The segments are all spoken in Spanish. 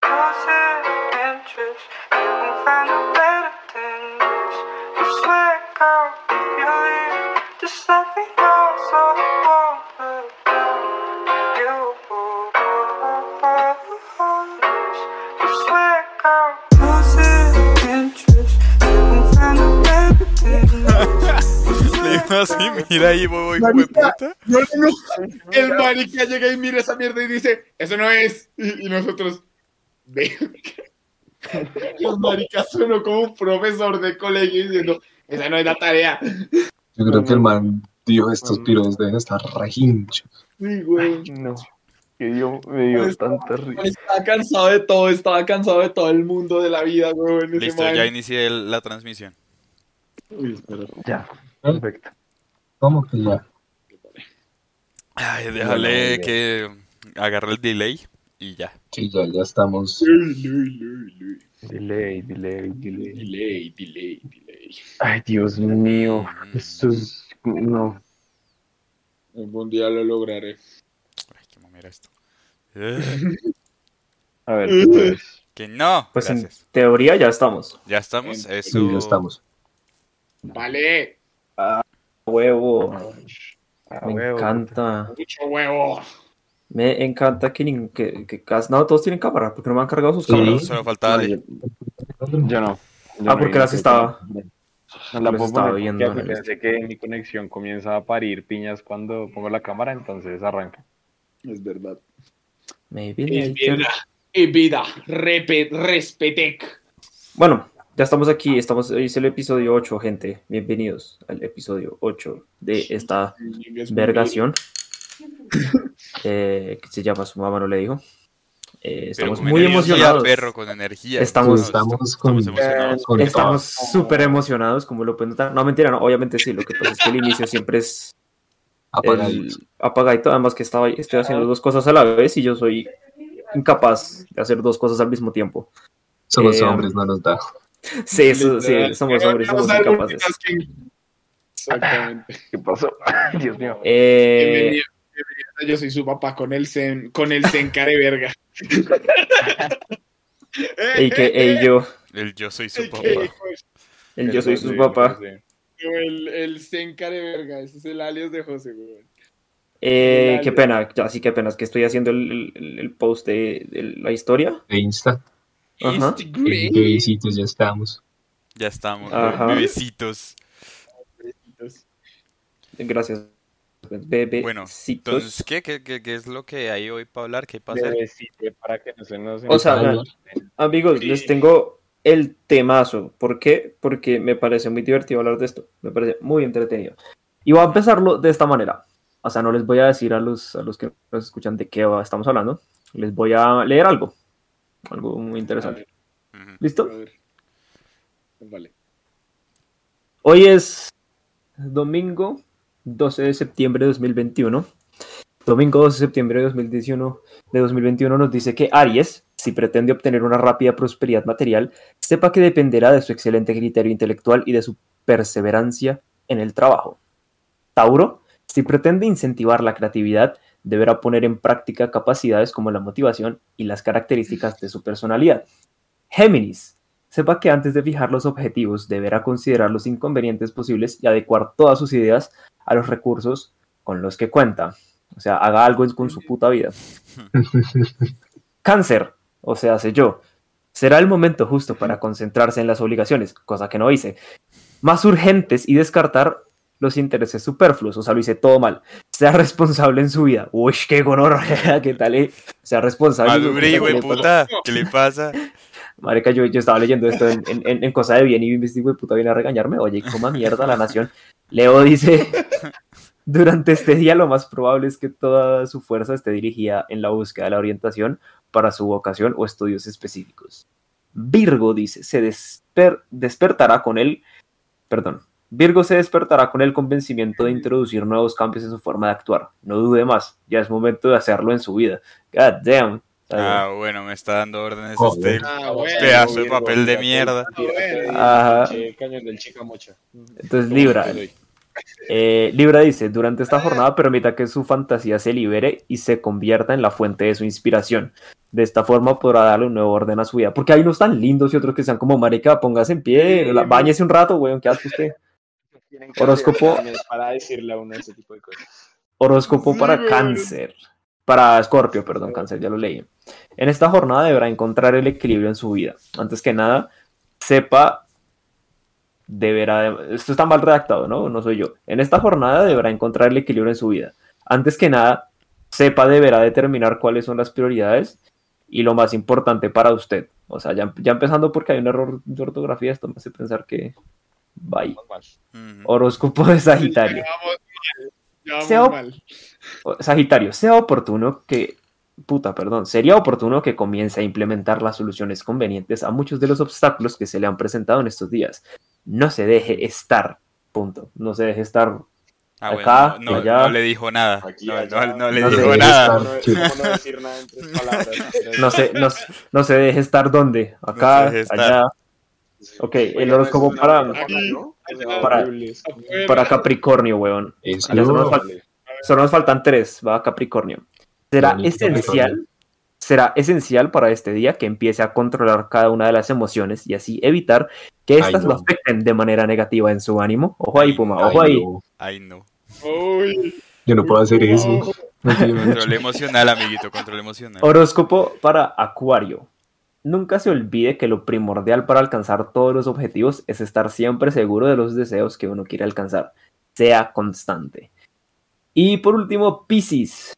Le digo así, mira ahí, voy, hijo de puta. No. El marica llega y mira esa mierda y dice, eso no es. Y nosotros, ve. Los maricas sonó como un profesor de colegio diciendo, esa no es la tarea. Yo creo que el man dijo, estos piros deben estar rehinchos. Sí, güey. No, que me dio tanta risa. Estaba cansado de todo el mundo de la vida, güey. Listo, ya inicié la transmisión. Uy, espera. Ya, perfecto. ¿Cómo que ya? Ay, déjale que agarre el delay y ya. Sí, ya estamos. Delay. Delay. Ay, Dios mío. Esto es... No. Algún día lo lograré. Ay, qué mamera esto. A ver, ¿qué puedes? Que no. Pues Gracias. en teoría ya estamos. Ya estamos. Sí, Eso. Sí, ya estamos. Vale. Huevo. Ah, Me huevo. encanta. Mucho huevo. Me encanta que casi... No, todos tienen cámara. ¿Por qué no me han cargado sus Sí. cámaras? Solo falta Ale. Yo no. Porque las estaba... No la las puedo estaba poner viendo, porque no las- pensé que mi conexión comienza a parir piñas cuando pongo la cámara, entonces arranca. Es verdad. Maybe Es later. vida. Es vida. Respetec. Bueno, ya estamos aquí. Hoy es el episodio 8, gente. Bienvenidos al episodio 8 de esta vergación. Que se llama, su mamá no le dijo. Estamos Pero muy con energía, emocionados. perro, con energía. Estamos- Estamos con- emocionados. con Estamos súper emocionados, como lo pueden notar. No, mentira, no, obviamente sí. Lo que pasa es que el inicio siempre es apagaditos. apagadito. Además que estoy haciendo dos cosas a la vez y yo soy incapaz de hacer dos cosas al mismo tiempo. Somos eh, hombres, no nos da. Sí, somos hombres, somos incapaces. Exactamente. ¿Qué pasó? Dios mío. Bienvenido, yo soy su papá con el zen care verga. Yo soy su papá. Yo soy su papá. El zen care verga, ese es el alias de José, güey. Qué pena, qué pena, es que estoy haciendo el post de la historia. De Insta. Ajá. En bebecitos ya estamos. Ya estamos, Ajá. bebecitos. Gracias. Bueno, entonces, ¿qué es lo que hay hoy para hablar? ¿Qué pasa? Bebecito, para que no se nos... O sea, amigos, les tengo el temazo. ¿Por qué? Porque me parece muy divertido hablar de esto. Me parece muy entretenido. Y voy a empezarlo de esta manera. O sea, no les voy a decir a los que nos escuchan de qué estamos hablando. Les voy a leer algo. Algo muy interesante. ¿Listo? Vale. Hoy es domingo 12 de septiembre de 2021. Domingo 12 de septiembre de 2021 nos dice que Aries, si pretende obtener una rápida prosperidad material, sepa que dependerá de su excelente criterio intelectual y de su perseverancia en el trabajo. Tauro, si pretende incentivar la creatividad, deberá poner en práctica capacidades como la motivación y las características de su personalidad. Géminis, sepa que antes de fijar los objetivos deberá considerar los inconvenientes posibles y adecuar todas sus ideas a los recursos con los que cuenta. O sea, haga algo con su puta vida. Cáncer, o sea, sé yo. Será el momento justo para concentrarse en las obligaciones, cosa que no hice, más urgentes y descartar los intereses superfluos. O sea, lo hice todo mal. Sea responsable en su vida. Uy, qué gonorrea, ¿qué tal? Sea responsable. Madure, güey, puta. ¿Qué le pasa? Marica, yo estaba leyendo esto en cosa de bien y este hijo de puta viene a regañarme. Oye, coma mierda la nación. Leo dice: durante este día lo más probable es que toda su fuerza esté dirigida en la búsqueda de la orientación para su vocación o estudios específicos. Virgo dice: Virgo se despertará con el convencimiento de introducir nuevos cambios en su forma de actuar. No dude más, ya es momento de hacerlo en su vida. God damn. Ah, bueno, me está dando órdenes Joder. pedazo de papel de mierda. Ajá. Cañón del chica mocha. Entonces, Libra. Libra dice, durante esta jornada permita que su fantasía se libere y se convierta en la fuente de su inspiración. De esta forma podrá darle un nuevo orden a su vida. Porque hay unos tan lindos y otros que sean como, marica, póngase en pie, báñese un rato, weón, ¿qué hace usted? Tienen que Horóscopo. hacer memes para decirle a uno ese tipo de cosas. Horóscopo Sí, para weón. Cáncer. Para Escorpio, perdón, Cáncer, ya lo leí. En esta jornada deberá encontrar el equilibrio en su vida. Antes que nada, sepa, esto está mal redactado, ¿no? No soy yo. En esta jornada deberá encontrar el equilibrio en su vida. Antes que nada, sepa, deberá determinar cuáles son las prioridades y lo más importante para usted. O sea, ya empezando porque hay un error de ortografía, esto me hace pensar que... Bye. Ujú. Horóscopo de Sagitario. Ya vamos mal. Sagitario, sería oportuno que comience a implementar las soluciones convenientes a muchos de los obstáculos que se le han presentado en estos días. No se deje estar, punto. No se deje estar Ah, acá, bueno, allá. no le dijo nada. Aquí, No, allá. no le No dijo sé. nada. ¿Cómo no decir nada en 3 palabras? No se deje estar donde, No acá, se deje estar. allá. Ok, el horóscopo para Capricornio, weón. Eso. Ya solo nos faltan 3, va Capricornio. Será esencial para este día que empiece a controlar cada una de las emociones y así evitar que estas no. lo afecten de manera negativa en su ánimo. Ojo ahí, Puma, ojo Ay, ahí. no. Ay, no. Uy, Yo no puedo hacer eso. No sé, Control emocional, amiguito, control emocional. Horóscopo para Acuario. Nunca se olvide que lo primordial para alcanzar todos los objetivos es estar siempre seguro de los deseos que uno quiere alcanzar. Sea constante. Y por último, Piscis.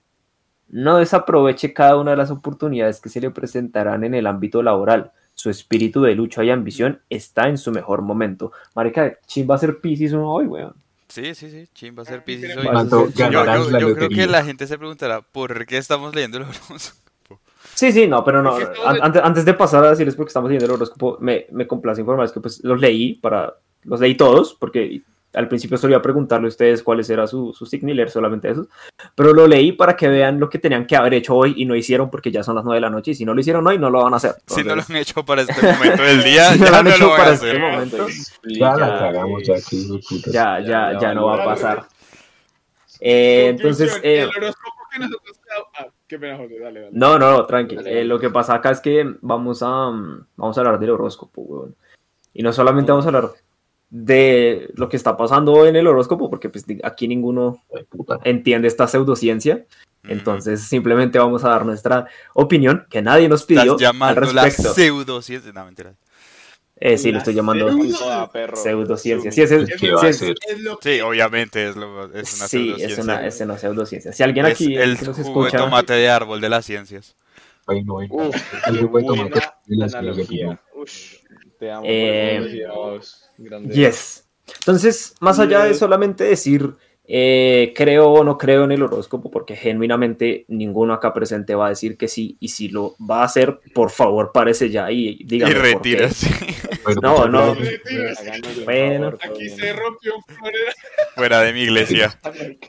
No desaproveche cada una de las oportunidades que se le presentarán en el ámbito laboral. Su espíritu de lucha y ambición está en su mejor momento. Marica, ¿quién va a ser Piscis hoy, weón? Sí, Chin va a ser Piscis hoy. ¿Cuánto Yo- ganarás la Yo creo que lotería? la gente se preguntará ¿por qué estamos leyendo el horóscopo? Sí, no, pero no. Es que estamos- Antes de pasar a decirles porque estamos leyendo el horóscopo, me complace informarles que pues los leí todos, porque al principio solía preguntarle a ustedes cuáles era su signo y leer solamente esos, pero lo leí para que vean lo que tenían que haber hecho hoy y no hicieron porque ya son las 9 de la noche y si no lo hicieron hoy no lo van a hacer. Si no lo Entonces, han hecho para este momento del día, si no lo ya han no hecho lo van a para hacer. este momento, Ya la cagamos, ya que hijo de puta. ya no va a pasar. conclusión, Entonces, el horóscopo que nosotros... qué pena, José, dale. no, tranquilo. Lo que pasa acá es que vamos a hablar del horóscopo, weón. Y no solamente vamos a hablar de lo que está pasando en el horóscopo, porque pues aquí ninguno Ay, puta. entiende esta pseudociencia. Ujú. Entonces simplemente vamos a dar nuestra opinión, que nadie nos pidió Estás al llamando la respecto. pseudociencia. No, mentira. Sí, lo estoy llamando pseudociencia. Sí, ¿Qué va a hacer? Es lo Sí, obviamente es una sí, es pseudociencia. una pseudociencia. Si alguien Es aquí el que nos jugo de escucha, tomate de árbol de las ciencias. Ay, no, ay. Uf, Alguien puede tomar buena y las analogía. Ush, te amo. Grande. yes. Entonces, más allá de solamente decir creo o no creo en el horóscopo, porque genuinamente ninguno acá presente va a decir que sí, y si lo va a hacer, por favor, párese ya y dígame Y por qué. retírase. Bueno, No, pues, no. Bueno. Aquí se rompió un florero. Fuera de mi iglesia.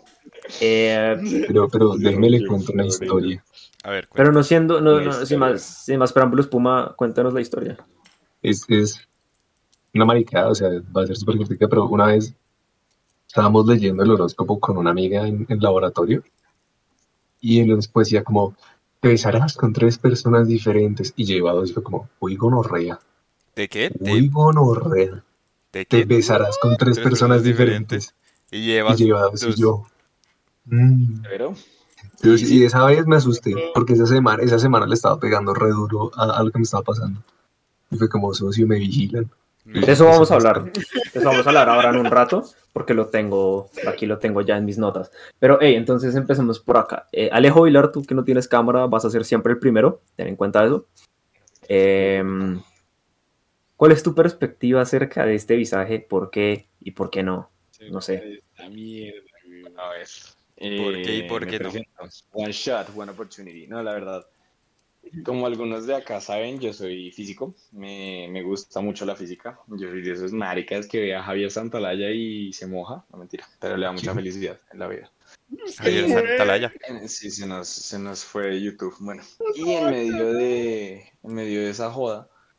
Pero déjeme le cuento una historia. A ver, Pero no siendo, no, La sin más preámbulos, Puma, cuéntanos la historia. Es una maricada, o sea, va a ser súper cortica, pero una vez estábamos leyendo el horóscopo con una amiga en laboratorio y él nos decía como, te besarás con 3 personas diferentes y llevado y fue como, uy, gonorrea, ¿de qué? uy, gonorrea, ¿De te qué? besarás con 3 Tres personas personas diferentes. diferentes Y y llevas llevados y dos. yo. Pero, Y esa vez me asusté porque esa semana le estaba pegando re duro a lo que me estaba pasando. Y fue como socio, me vigilan. De eso vamos a hablar. De eso vamos a hablar ahora en un rato, porque aquí lo tengo ya en mis notas. Pero, entonces empecemos por acá. Alejo Vilar, tú que no tienes cámara, vas a ser siempre el primero. Ten en cuenta eso. ¿Cuál es tu perspectiva acerca de este visaje? ¿Por qué y por qué no? No sé. Esta mierda, güey. a ver. ¿Por qué y por me qué no? presento. One shot, one opportunity. No, la verdad. Como algunos de acá saben, yo soy físico. Me gusta mucho la física. Yo soy de esos maricas que ve a Javier Santalaya y se moja. No, mentira. Pero le da mucha felicidad en la vida. Javier Santalaya. Sí, se nos fue YouTube. Bueno, y en medio de esa joda,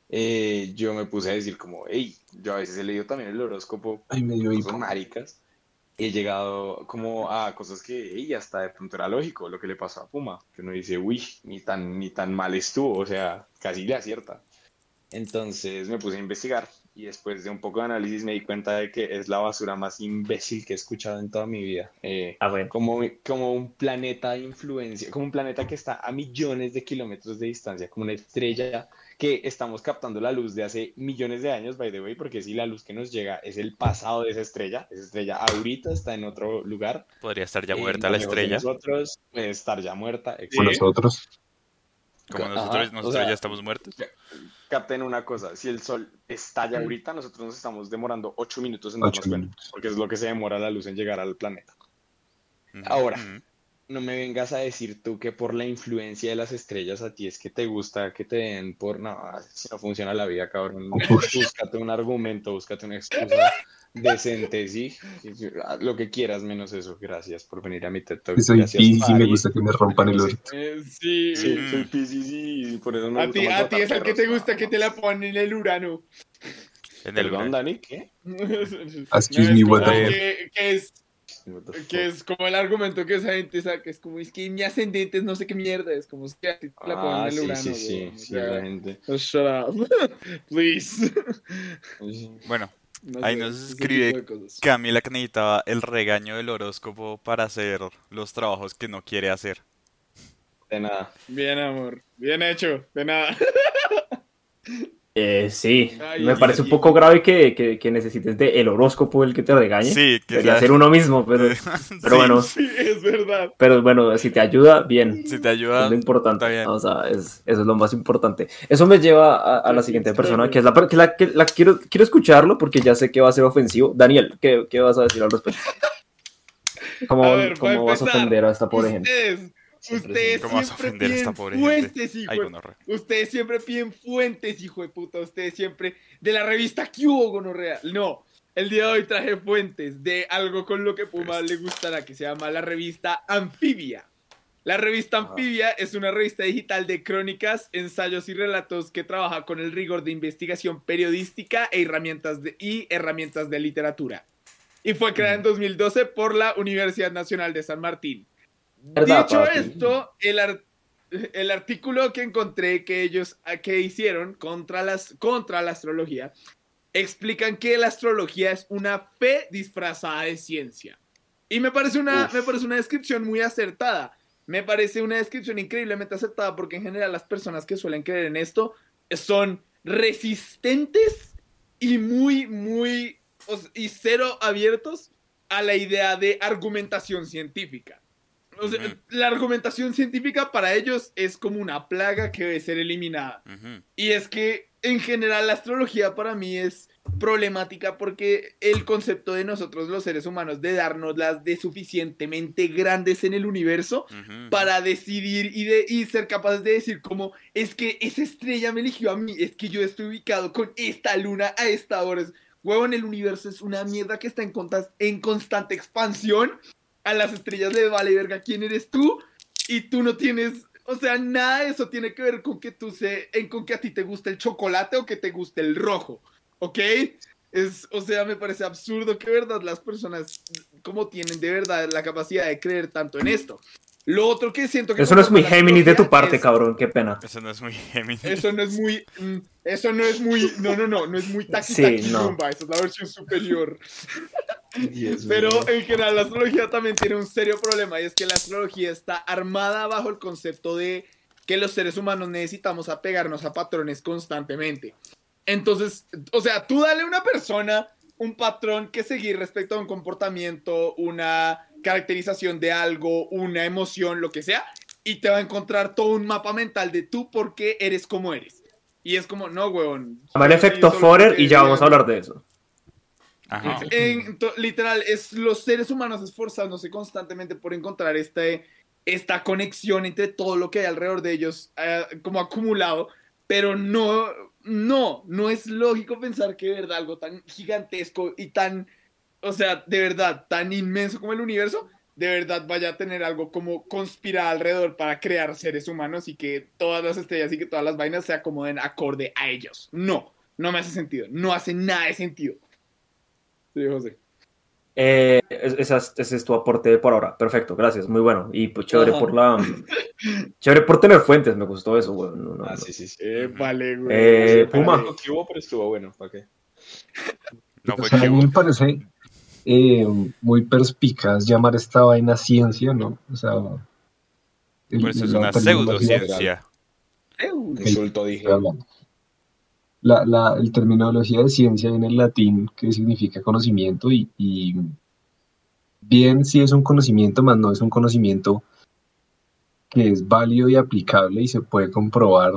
yo me puse a decir como, hey, yo a veces he leído también el horóscopo, Ay, me dio cosas hipo. maricas, y he llegado como a cosas que, hey, hasta de pronto era lógico lo que le pasó a Puma, que uno dice, uy, ni tan mal estuvo, o sea, casi le acierta. Entonces me puse a investigar y después de un poco de análisis me di cuenta de que es la basura más imbécil que he escuchado en toda mi vida. Ah, bueno. Como un planeta de influencia, como un planeta que está a millones de kilómetros de distancia, como una estrella que estamos captando la luz de hace millones de años, by the way, porque si la luz que nos llega es el pasado de esa estrella ahorita está en otro lugar, Podría estar ya muerta más la lejos de estrella. nosotros, puede estar ya muerta, Como ¿Sí? nosotros. Como Ajá, o nosotros ya sea, estamos muertos. capten una cosa, si el sol estalla ahorita, nosotros nos estamos demorando 8 minutos en 8 darnos cuenta, minutos. porque es lo que se demora la luz en llegar al planeta. Ujú, Ahora, ujú. no me vengas a decir tú que por la influencia de las estrellas a ti es que te gusta que te den por... No, si no funciona la vida, cabrón. Ush. Búscate un argumento, búscate una excusa decente, sí. Lo que quieras menos eso. Gracias por venir a mi TED Que Talk. soy Gracias, Piscis y me París. gusta que me rompan el No sé. orto. Sí. Sí, soy Ujú. Piscis y por eso me gusta A ti maltratar es el que te perros. No, gusta no que te la mames. ponen en el Urano. En el Perdón, Urano. Dani, ¿qué? No, Excuse es me, what como the A ver, fuck. What the que fuck? es como el argumento que esa gente saca, es como, es que mi ascendente es no sé qué mierda, es como, es que a ti te la ponen en Ah, el sí, sí, Urano, sí, weón. O sí, esa sea, gente. oh, shut up, please. Sí. bueno, No ahí sé, nos ese tipo escribe de cosas. Camila que necesitaba el regaño del horóscopo para hacer los trabajos que no quiere hacer. De nada. Bien, amor, bien hecho, de nada. Sí, Ay, me ese parece un tipo. poco grave que necesites de el horóscopo el que te regañe. Sí, que Debería sea. ser uno mismo, pero Sí, bueno, Sí, es verdad. pero bueno, si te ayuda, bien. si te Es ayuda, lo está importante, bien. o sea, eso es lo más importante. Eso me lleva a la siguiente persona, que es la quiero escucharlo porque ya sé que va a ser ofensivo. Daniel, ¿qué vas a decir al respecto? A ver, para Cómo vas a empezar, ofender a esta pobre gente? ustedes, Siempre es un... ustedes ¿Cómo vas a siempre ofender a esta piden pobre gente? fuentes, Ay, hijo de... gonorrea. Ustedes siempre piden fuentes, hijo de puta. Ustedes siempre... De la revista ¿Qué hubo, gonorrea? No, el día de hoy traje fuentes de algo con lo que Puma le gustará, que se llama la revista Anfibia. La revista Ajá. Anfibia es una revista digital de crónicas, ensayos y relatos que trabaja con el rigor de investigación periodística e herramientas de literatura. Y fue creada en 2012 por la Universidad Nacional de San Martín. ¿Verdad, Dicho papi? esto, el artículo que encontré que ellos que hicieron contra la astrología explican que la astrología es una fe disfrazada de ciencia. Y me Uf. parece una descripción muy acertada. Me parece una descripción increíblemente acertada porque en general las personas que suelen creer en esto son resistentes y y cero abiertos a la idea de argumentación científica. O sea, Ujú, la argumentación científica para ellos es como una plaga que debe ser eliminada. ujú, Y es que en general la astrología para mí es problemática porque el concepto de nosotros los seres humanos de darnos las de suficientemente grandes en el universo ujú, para decidir y ser capaces de decir como es que esa estrella me eligió a mí, es que yo estoy ubicado con esta luna a esta hora. Huevón, el universo es una mierda que está en constante expansión. A las estrellas le vale verga quién eres tú y tú no tienes, o sea, nada de eso tiene que ver con que con que a ti te guste el chocolate o que te guste el rojo, ¿ok? O sea, me parece absurdo que, de verdad, las personas como tienen de verdad la capacidad de creer tanto en esto. Lo otro que siento que Eso no es conforma muy la Géminis de tu astrología parte, es cabrón, qué pena. Eso no es muy Géminis. no es muy taqui Sí, taqui no. rumba, esa es la versión superior. Dios Pero mío. en general la astrología también tiene un serio problema y es que la astrología está armada bajo el concepto de que los seres humanos necesitamos apegarnos a patrones constantemente. Entonces, o sea, tú dale a una persona un patrón que seguir respecto a un comportamiento, una caracterización de algo, una emoción, lo que sea, y te va a encontrar todo un mapa mental de tú por qué eres como eres. Y es como, no, huevón. Llama el efecto solo Forer porque, y ya vamos a digamos, hablar de eso. Ajá. literal, es los seres humanos esforzándose constantemente por encontrar esta conexión entre todo lo que hay alrededor de ellos como acumulado, pero no es lógico pensar que de verdad algo tan gigantesco y tan, o sea, de verdad, tan inmenso como el universo de verdad vaya a tener algo como conspirar alrededor para crear seres humanos y que todas las estrellas y que todas las vainas se acomoden acorde a ellos. No, no me hace sentido. No hace nada de sentido. Sí, José. Ese es tu aporte por ahora. Perfecto, gracias, muy bueno. Y pues chévere Ajá. chévere por tener fuentes, me gustó eso, güey. No, no, Ah, no. sí, sí, sí. Vale, güey. Puma. Vale. Que hubo, pero estuvo bueno, ¿para qué? No O fue sea, a que mí hubo. me parece muy perspicaz llamar esta vaina ciencia, ¿no? O sea, Por eso es la una terminología pseudociencia. que Insulto, estoy dije. hablando. El terminología de ciencia en el latín que significa conocimiento y bien si es un conocimiento, más no es un conocimiento que es válido y aplicable y se puede comprobar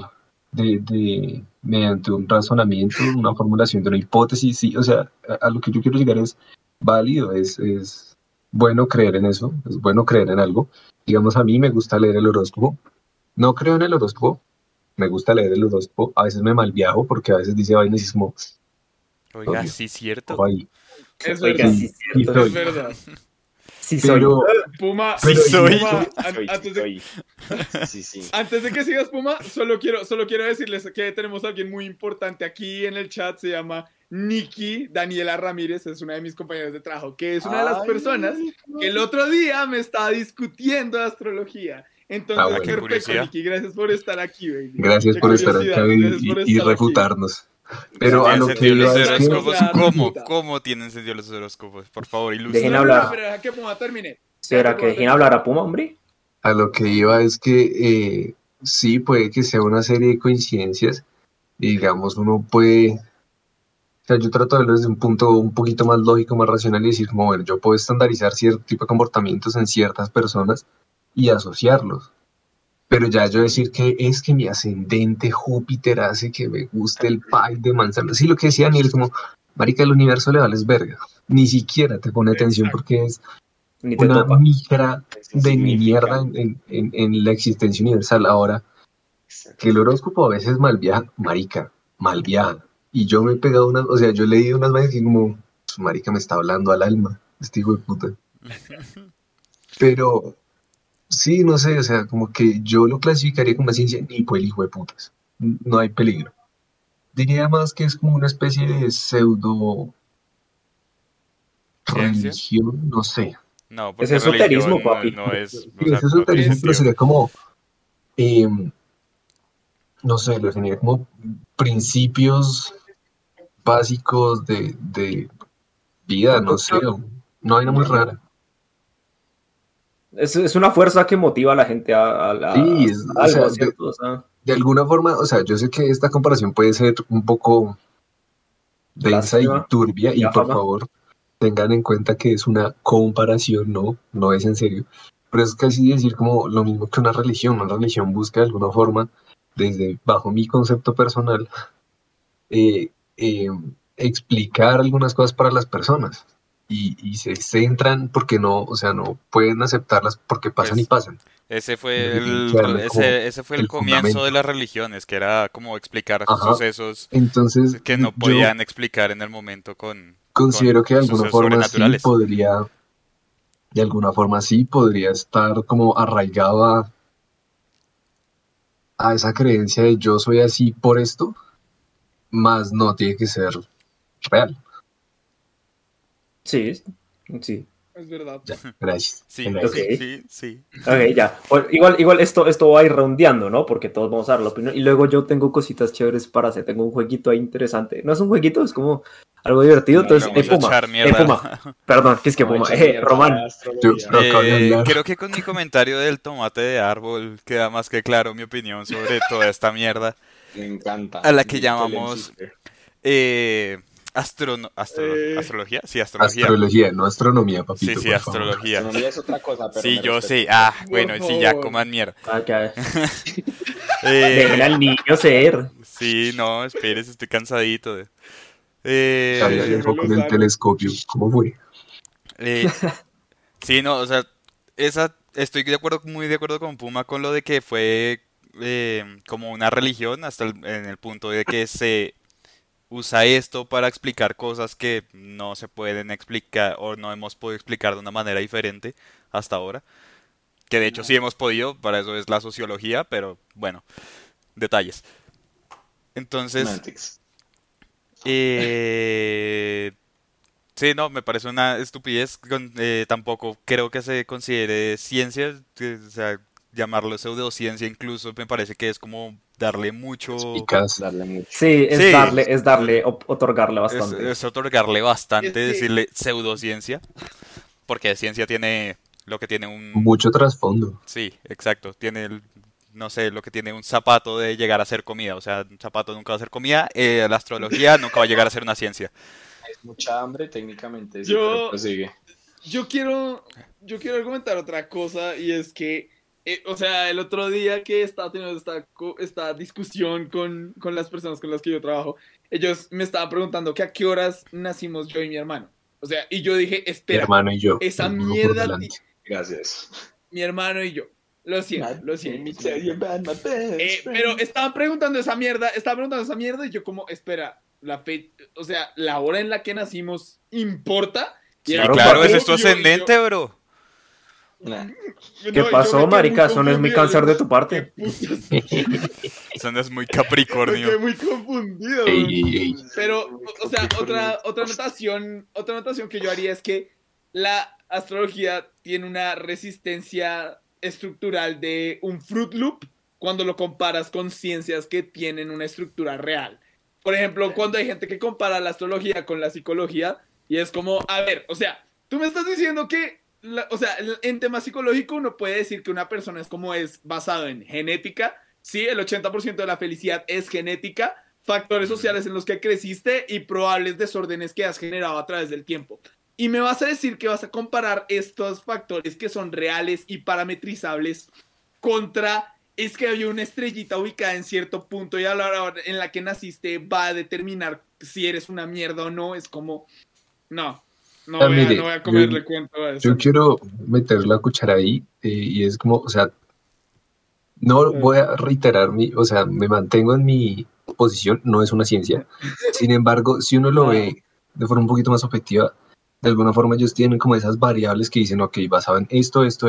mediante un razonamiento, una formulación de una hipótesis, sí, o sea, a lo que yo quiero llegar es válido, es bueno creer en eso, es bueno creer en algo. Digamos, a mí me gusta leer el horóscopo, no creo en el horóscopo, me gusta leer el horóscopo, a veces me malviajo porque a veces dice vainas y es como, Oiga, odio, sí, cierto. ojo ahí, Es Oiga, verdad. sí, sí, cierto. soy. Es verdad. Sí soy. pero, Puma, Sí pero soy. Puma, Soy. Sí, sí. antes de que sigas, Puma, solo quiero decirles que tenemos a alguien muy importante aquí en el chat, se llama Nikki Daniela Ramírez, es una de mis compañeras de trabajo, que es una de las Ay, personas que el otro día me estaba discutiendo de astrología. Entonces, bueno. Qué perfecto, curiosidad. Nikki, gracias por estar aquí, baby. Gracias Qué por estar acá curiosidad, gracias por y estar aquí. refutarnos. Si Pero a tienen lo que sentido los iba es que horóscopos, Exacto, o sea, ¿cómo? puta. ¿Cómo tienen sentido los horóscopos? Por favor, Dejen ilustren. No, hablar. pero deja que Puma termine. ¿Será que dejen hablar a Puma, hombre? a lo que iba es que sí puede que sea una serie de coincidencias. Y digamos, uno puede, o sea, yo trato de verlo desde un punto un poquito más lógico, más racional y decir, como, bueno, yo puedo estandarizar cierto tipo de comportamientos en ciertas personas y asociarlos. Pero ya yo decir que es que mi ascendente Júpiter hace que me guste el pie de manzana. Sí, lo que decía Daniel, como, marica, el universo le vales verga. Ni siquiera te pone atención Exacto. porque es Ni te una topa. micra Es de mierda insignificante. en la existencia universal. Ahora, que el horóscopo a veces mal viaja, marica, mal viaja. Y yo me he pegado unas, o sea, yo he leído unas veces que como, marica, me está hablando al alma, este hijo de puta. Pero sí, no sé, o sea, como que yo lo clasificaría como una ciencia ni por el hijo de putas. No hay peligro. Diría más que es como una especie de pseudo ¿Ciencia? religión, no sé. No, Es porque esoterismo, religión papi. no es, Sí, o sea, es no tiene esoterismo, pero sentido. sería como, eh, no sé, lo definiría como principios básicos de vida, no sé, una vaina muy rara. Es una fuerza que motiva a la gente a Sí, o sea, algo, ¿cierto? O sea, de alguna forma, o sea, yo sé que esta comparación puede ser un poco densa y blasfema, turbia, y por diáfana. favor, tengan en cuenta que es una comparación, no es en serio. Pero es casi decir como lo mismo que una religión busca de alguna forma, desde bajo mi concepto personal, eh, eh, explicar algunas cosas para las personas. Y se centran porque no, o sea, no pueden aceptarlas porque pasan y Pues pasan. ese Sino fue que tienen que darle como ese fue el el comienzo de fundamento. las religiones, que era como explicar Ajá. sucesos Entonces, que no yo podían explicar en el momento considero con que de alguna sucesos forma sí sobrenaturales. podría, de alguna forma sí podría estar como arraigado a esa creencia de yo soy así por esto, más no tiene que ser real. Sí, sí. Es verdad. Ya, gracias. Sí, Ok. Gracias. sí. Ok, ya. Igual esto va a ir rondeando, ¿no? Porque todos vamos a dar la opinión. Y luego yo tengo cositas chéveres para hacer. Tengo un jueguito ahí interesante. No es un jueguito, es como algo divertido. No, Entonces, no, Vamos a echar mierda. Puma. Perdón, que es que no, Puma. echen mierda a la Román. Yo astrología. pero acabo de hablar. Creo que con mi comentario del tomate de árbol queda más que claro mi opinión sobre toda esta mierda Me encanta. a la que Tell them, llamamos sister. astrología. Sí, astrología. Astrología, no astronomía, Sí, papito, sí, por favor. astrología. Astronomía es otra cosa, pero Sí, me yo respeto. sé. Ah, Por bueno, sí, ya favor. coman mierda. Acá. Eh, Dejen al niño ser. sí, no, espérese, estoy cansadito. Ahí Eh, enfocó en el Lozano. telescopio. ¿Cómo fue? eh, sí, no, o sea, estoy de acuerdo, muy de acuerdo con Puma con lo de que fue como una religión hasta en el punto de que se usa esto para explicar cosas que no se pueden explicar o no hemos podido explicar de una manera diferente hasta ahora. Que de hecho sí hemos podido, para eso es la sociología, pero bueno, detalles. Entonces, Semantics. sí, no, me parece una estupidez. Tampoco creo que se considere ciencia, o sea, llamarlo pseudociencia incluso me parece que es como darle mucho... Picas. Darle mucho. Sí, Sí, otorgarle es, bastante. es otorgarle Es bastante, que, decirle pseudociencia, porque ciencia tiene lo que tiene un... Mucho trasfondo. Sí, exacto, tiene no sé, lo que tiene un zapato de llegar a ser comida, o sea, un zapato nunca va a ser comida, la astrología nunca va a llegar a ser una ciencia. Es mucha hambre técnicamente, sí, pero yo, prosigue. yo quiero, yo quiero argumentar otra cosa y es que, o sea, el otro día que estaba teniendo esta discusión con las personas con las que yo trabajo, ellos me estaban preguntando que a qué horas nacimos yo y mi hermano. O sea, y yo dije, Mi espera, hermano y yo. esa el uno por mierda, delante. Gracias. mi hermano y yo. Lo siento, lo Let me siento. tell you about my best friend. Pero estaban preguntando esa mierda y yo como, espera, o sea, la hora en la que nacimos importa. Sí, Claro, claro, papi. ese es tu ascendente, bro. Nah. ¿Qué yo pasó, me quedé marica? muy Eso no es muy confundido, cáncer de tu ¿qué parte. putas? Eso no es muy Me quedé Capricornio. muy confundido. Ey, weón. ey, ey. Pero, o sea, otra anotación que yo haría es que la astrología tiene una resistencia estructural de un Fruit Loop cuando lo comparas con ciencias que tienen una estructura real. Por ejemplo, cuando hay gente que compara la astrología con la psicología y es como, a ver, o sea, tú me estás diciendo que, o sea, en tema psicológico uno puede decir que una persona es como es basado en genética. Sí, el 80% de la felicidad es genética, factores sociales en los que creciste y probables desórdenes que has generado a través del tiempo. Y me vas a decir que vas a comparar estos factores que son reales y parametrizables contra es que había una estrellita ubicada en cierto punto y a la hora en la que naciste va a determinar si eres una mierda o no. Es como, no Mire, voy a comerle cuento a eso. yo quiero meter la cuchara ahí y es como, o sea, no voy a reiterar o sea, me mantengo en mi posición, no es una ciencia. Sin embargo, si uno lo ve de forma un poquito más objetiva, de alguna forma ellos tienen como esas variables que dicen, ok, basado en esto, es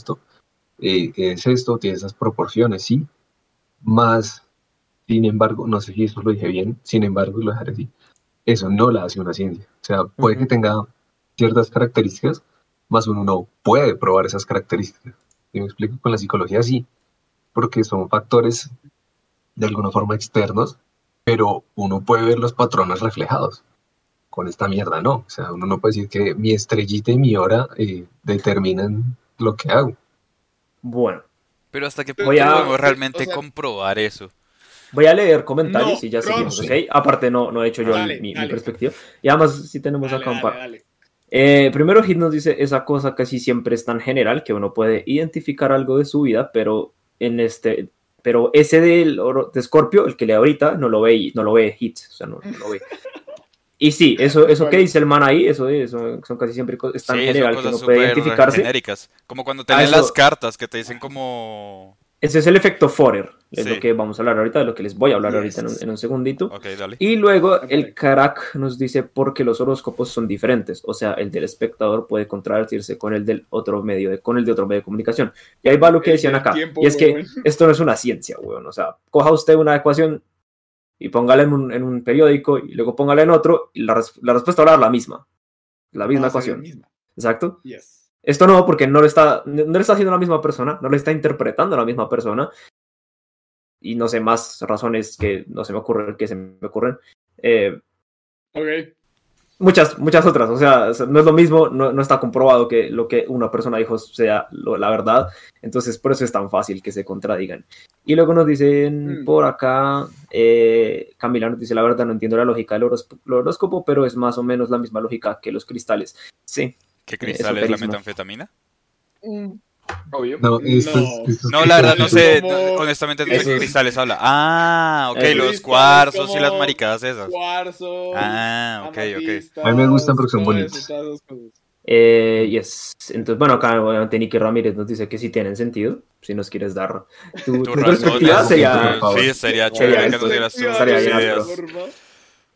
esto, tiene esas proporciones, sí. Más, sin embargo, no sé si eso lo dije bien, sin embargo, lo dejaré así. Eso no la hace una ciencia. O sea, puede que tenga ciertas características, más uno no puede probar esas características. ¿Sí me explico? Con la psicología sí, porque son factores de alguna forma externos, pero uno puede ver los patrones reflejados. Con esta mierda no. O sea, uno no puede decir que mi estrellita y mi hora determinan lo que hago. Bueno, Pero hasta qué Voy punto a- podemos realmente o sea, comprobar eso. voy a leer comentarios No, y ya seguimos, Rox. ¿ok? Aparte, no he hecho yo Dale, mi dale. perspectiva. Y además, sí tenemos Dale, acá un par. dale. Primero, Hit nos dice: esa cosa casi siempre es tan general que uno puede identificar algo de su vida, pero ese de Scorpio, el que lee ahorita, no lo ve Hit, o sea, no lo ve. Y sí, eso que dice el man ahí, eso son casi siempre es tan Sí, son general que cosas uno puede súper identificarse. genéricas. Como cuando te Ah, leen eso- las cartas que te dicen como... Ese es el efecto Forer, es Sí. lo que vamos a hablar ahorita, de lo que les voy a hablar Yes. ahorita en un segundito. Ok, dale. Y luego el Ok. Karak nos dice porque los horóscopos son diferentes, o sea, el del espectador puede contradecirse con el del otro medio de comunicación. Y ahí va lo que El decían del acá, tiempo, y es que weón. esto no es una ciencia, weón, o sea, coja usted una ecuación y póngala en un periódico y luego póngala en otro y la respuesta va a dar la misma Va a ser ecuación, el mismo. exacto. Yes. Esto no, porque no le está haciendo la misma persona, no le está interpretando la misma persona. Y no sé, más razones que no se me ocurren, Ok. Muchas otras, o sea, no es lo mismo, no está comprobado que lo que una persona dijo sea la verdad, entonces por eso es tan fácil que se contradigan. Y luego nos dicen por acá, Camila nos dice: la verdad no entiendo la lógica del horóscopo, pero es más o menos la misma lógica que los cristales. Sí. ¿Qué cristal es la esoterismo. metanfetamina? Obvio. No, esto No. es No, la verdad no sé, Como- honestamente no sé Eso qué es- cristales habla. Ah, ok, Eso los es cuarzos y como las maricadas esas. Cuarzo. Ah, ok. amatistas, A mí me gustan porque son todo bonitos. eso, todas esas cosas. Yes. Entonces, bueno, acá obviamente Nicky Ramírez nos dice que sí tienen sentido. Si nos quieres dar tu Tu perspectiva, razón, sería. por favor. sí, sería Sería chévere que eso. nos dieras tus Estaría bien ideas. áspero.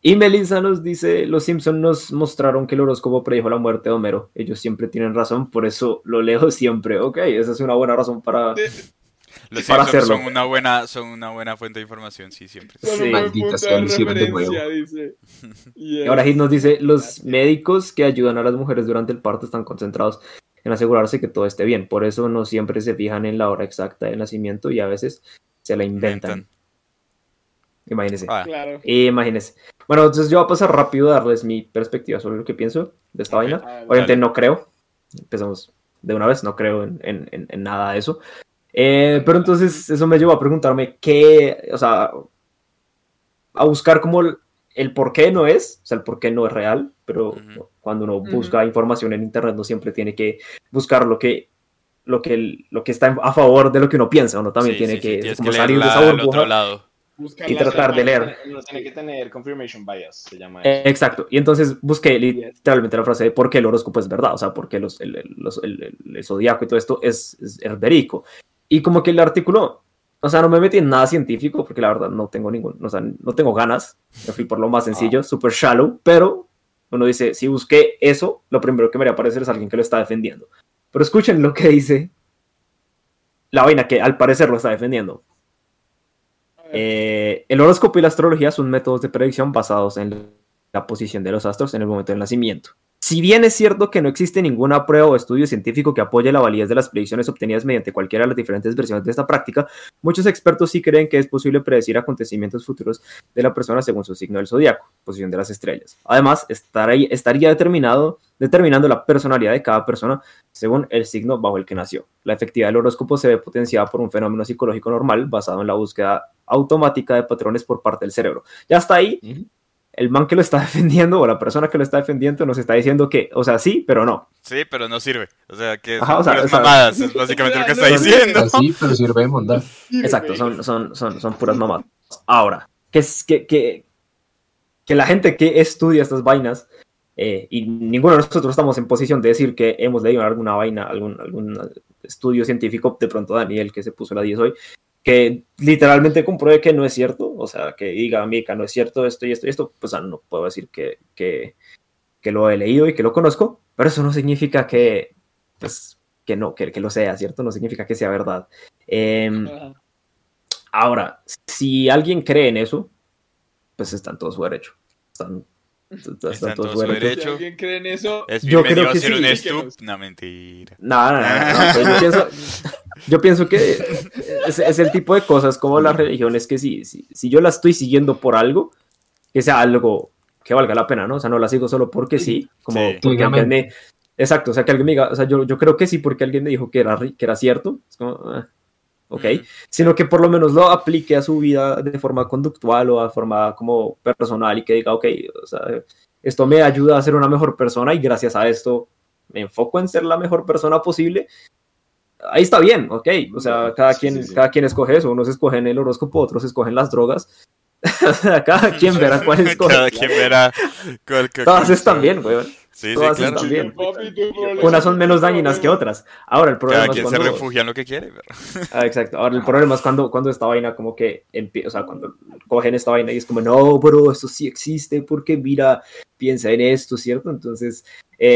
Y Melissa nos dice, los Simpson nos mostraron que el horóscopo predijo la muerte de Homero. Ellos siempre tienen razón, por eso lo leo siempre. Ok, esa es una buena razón para Los para Simpsons hacerlo. son una buena fuente de información, sí, siempre. Son Sí. un buen Maldita punto sea, de lo hicieron de referencia, dice. Y ahora Hit nos dice, los médicos que ayudan a las mujeres durante el parto están concentrados en asegurarse que todo esté bien. Por eso no siempre se fijan en la hora exacta del nacimiento y a veces se la inventan. Imagínense. Ah, Claro. Imagínense. Bueno, entonces yo voy a pasar rápido a darles mi perspectiva sobre lo que pienso de esta Ok. vaina. Dale. Obviamente no creo. Empezamos de una vez, no creo en nada de eso. Pero entonces eso me llevó a preguntarme qué, o sea, a buscar como el por qué no es, o sea, el por qué no es real, pero Ujú. cuando uno busca información en internet no siempre tiene que buscar lo que está a favor de lo que uno piensa, uno también sí, tiene sí, que tienes como que salir de leerla esa al otro burbuja. lado. Buscar Y la tratar de alternativa. leer. Uno tiene que tener confirmation bias, se llama eso. Exacto, y entonces busqué literalmente la frase de por qué el horóscopo es verdad, o sea, por qué el zodiaco y todo esto es verídico. Y como que el artículo, o sea, no me metí en nada científico, porque la verdad no tengo o sea, no tengo ganas, me fui por lo más sencillo, super shallow, pero uno dice, si busqué eso, lo primero que me haría aparecer es alguien que lo está defendiendo. Pero escuchen lo que dice la vaina que al parecer lo está defendiendo. El horóscopo y la astrología son métodos de predicción basados en la posición de los astros en el momento del nacimiento. Si bien es cierto que no existe ninguna prueba o estudio científico que apoye la validez de las predicciones obtenidas mediante cualquiera de las diferentes versiones de esta práctica, muchos expertos sí creen que es posible predecir acontecimientos futuros de la persona según su signo del zodiaco, posición de las estrellas. Además, estaría determinando la personalidad de cada persona según el signo bajo el que nació. La efectividad del horóscopo se ve potenciada por un fenómeno psicológico normal basado en la búsqueda automática de patrones por parte del cerebro. Ya hasta ahí. El man que lo está defendiendo o la persona que lo está defendiendo nos está diciendo que, o sea, sí, pero no. Sí, pero no sirve. O sea, que Ajá, son o sea, puras o sea, mamadas, es básicamente lo que está no, diciendo. Así, pero sirve de mondad. Exacto, son puras mamadas. Ahora, que la gente que estudia estas vainas, y ninguno de nosotros estamos en posición de decir que hemos leído alguna vaina, algún estudio científico, de pronto Daniel, que se puso la 10 hoy, que literalmente compruebe que no es cierto, o sea, que diga, Mica, no es cierto esto y esto y esto, pues no puedo decir que lo he leído y que lo conozco, pero eso no significa que, pues, que no, que lo sea, ¿cierto? No significa que sea verdad. Ahora, si alguien cree en eso, pues está en todo su derecho. Está en todo su derecho. Si alguien cree en eso, Es Yo bienvenido creo que a ser sí. un Explíquenos. No, mentira. No, pero yo pienso que es el tipo de cosas como las religiones que si yo las estoy siguiendo por algo, que sea algo que valga la pena, ¿no? O sea, no las sigo solo porque sí, como Sí. porque alguien me... Exacto, o sea, que alguien me diga, o sea, yo creo que sí porque alguien me dijo que era cierto, es como, ok, sino que por lo menos lo aplique a su vida de forma conductual o a forma como personal y que diga, ok, o sea, esto me ayuda a ser una mejor persona y gracias a esto me enfoco en ser la mejor persona posible. Ahí está bien, ok, o sea, cada quien escoge eso, unos escogen el horóscopo, otros escogen las drogas, cada quien verá cuál escoge. Cada quien verá cuál Todas están bien, güey. Sí, Todas claro. están bien. Papi, tu problema Unas son es menos tu dañinas que problema. otras. Ahora el problema Cada es quien se cuando... refugia en lo que quiere, ¿verdad? Exacto. Ahora el problema es cuando esta vaina como que o sea, cuando cogen esta vaina y es como, no, bro, esto sí existe porque mira, piensa en esto, ¿cierto? Entonces,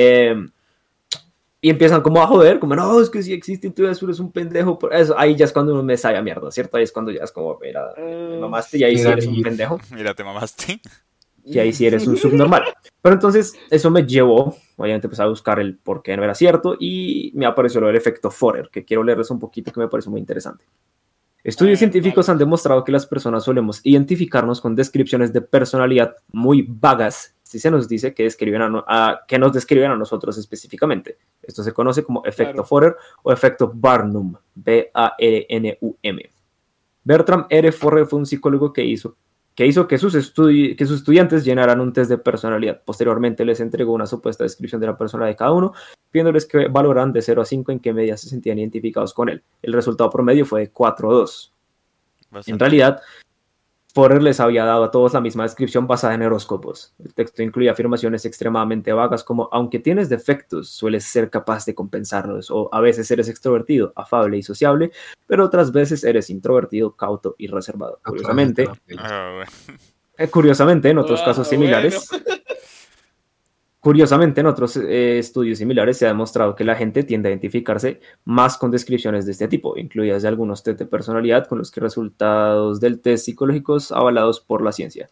y empiezan como a joder, como, no, es que sí existe y tú eres un pendejo. Por eso, ahí ya es cuando uno me sabe a mierda, ¿cierto? Ahí es cuando ya es como, mira, me mamaste y ahí sí eres un pendejo. Mira, te mamaste. Y ahí sí eres un subnormal. Pero entonces eso me llevó, obviamente, pues, a buscar el por qué no era cierto y me apareció lo del efecto Forer, que quiero leerles un poquito que me parece muy interesante. Estudios científicos han demostrado que las personas solemos identificarnos con descripciones de personalidad muy vagas si se nos dice que nos describen a nosotros específicamente. Esto se conoce como efecto Forer o efecto Barnum, B-A-R-N-U-M. Bertram R. Forer fue un psicólogo que hizo que sus estudiantes llenaran un test de personalidad. Posteriormente les entregó una supuesta descripción de la persona de cada uno, pidiéndoles que valoraran de 0 a 5 en qué medida se sentían identificados con él. El resultado promedio fue de 4-2. En realidad, Forer les había dado a todos la misma descripción basada en horóscopos. El texto incluía afirmaciones extremadamente vagas como, aunque tienes defectos, sueles ser capaz de compensarlos, o a veces eres extrovertido, afable y sociable, pero otras veces eres introvertido, cauto y reservado. Curiosamente, Curiosamente, en otros casos similares, Bueno. curiosamente, en otros estudios similares se ha demostrado que la gente tiende a identificarse más con descripciones de este tipo, incluidas de algunos test de personalidad con los que resultados del test psicológicos avalados por la ciencia.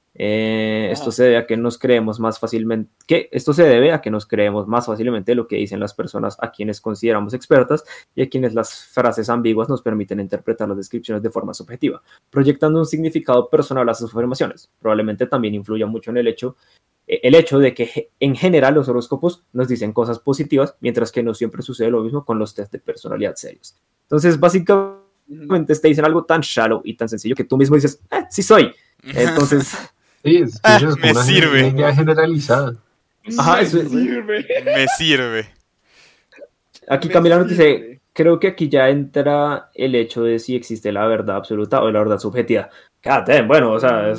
Esto Ajá. se debe a que nos creemos más fácilmente, esto se debe a que nos creemos más fácilmente lo que dicen las personas a quienes consideramos expertas y a quienes las frases ambiguas nos permiten interpretar las descripciones de forma subjetiva, proyectando un significado personal a sus afirmaciones. Probablemente también influya mucho en el hecho de que en general los horóscopos nos dicen cosas positivas, mientras que no siempre sucede lo mismo con los test de personalidad serios. Entonces, básicamente te dicen algo tan shallow y tan sencillo que tú mismo dices, sí soy. Entonces, Sí, es que eso es Me como sirve. una idea generalizada. Ajá, Me eso- sirve. Me sirve. aquí Me Camila nos dice, sirve. creo que aquí ya entra el hecho de si existe la verdad absoluta o la verdad subjetiva. God damn, bueno, o sea,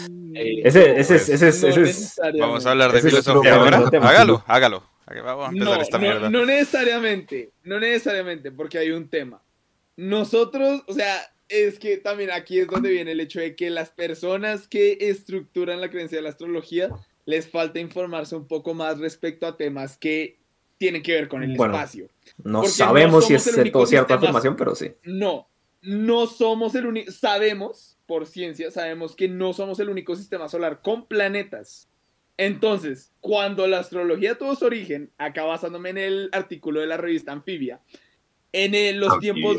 ese es, No Vamos necesariamente. a hablar de Ese es filosofía otro ahora. tema. Hágalo. Vamos a empezar esta mierda. No necesariamente, porque hay un tema. Nosotros, o sea, es que también aquí es donde viene el hecho de que las personas que estructuran la creencia de la astrología les falta informarse un poco más respecto a temas que tienen que ver con el Bueno, espacio. no Porque sabemos no si somos es el único cierta sistema- afirmación, pero sí. No somos el único, sabemos, por ciencia, sabemos que no somos el único sistema solar con planetas. Entonces, cuando la astrología tuvo su origen, acá basándome en el artículo de la revista Anfibia, los tiempos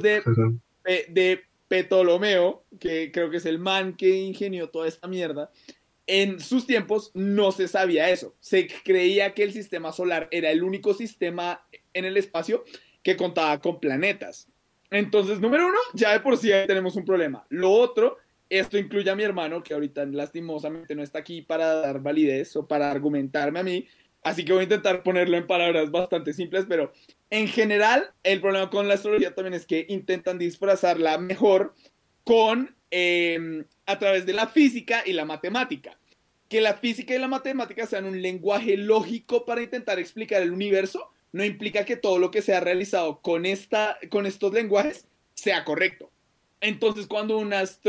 de Ptolomeo, que creo que es el man que ingenió toda esta mierda, en sus tiempos no se sabía eso. Se creía que el sistema solar era el único sistema en el espacio que contaba con planetas. Entonces, número uno, ya de por sí tenemos un problema. Lo otro, esto incluye a mi hermano, que ahorita lastimosamente no está aquí para dar validez o para argumentarme a mí, así que voy a intentar ponerlo en palabras bastante simples, pero en general, el problema con la astrología también es que intentan disfrazarla mejor con a través de la física y la matemática. Que la física y la matemática sean un lenguaje lógico para intentar explicar el universo no implica que todo lo que se ha realizado con estos lenguajes sea correcto. Entonces, cuando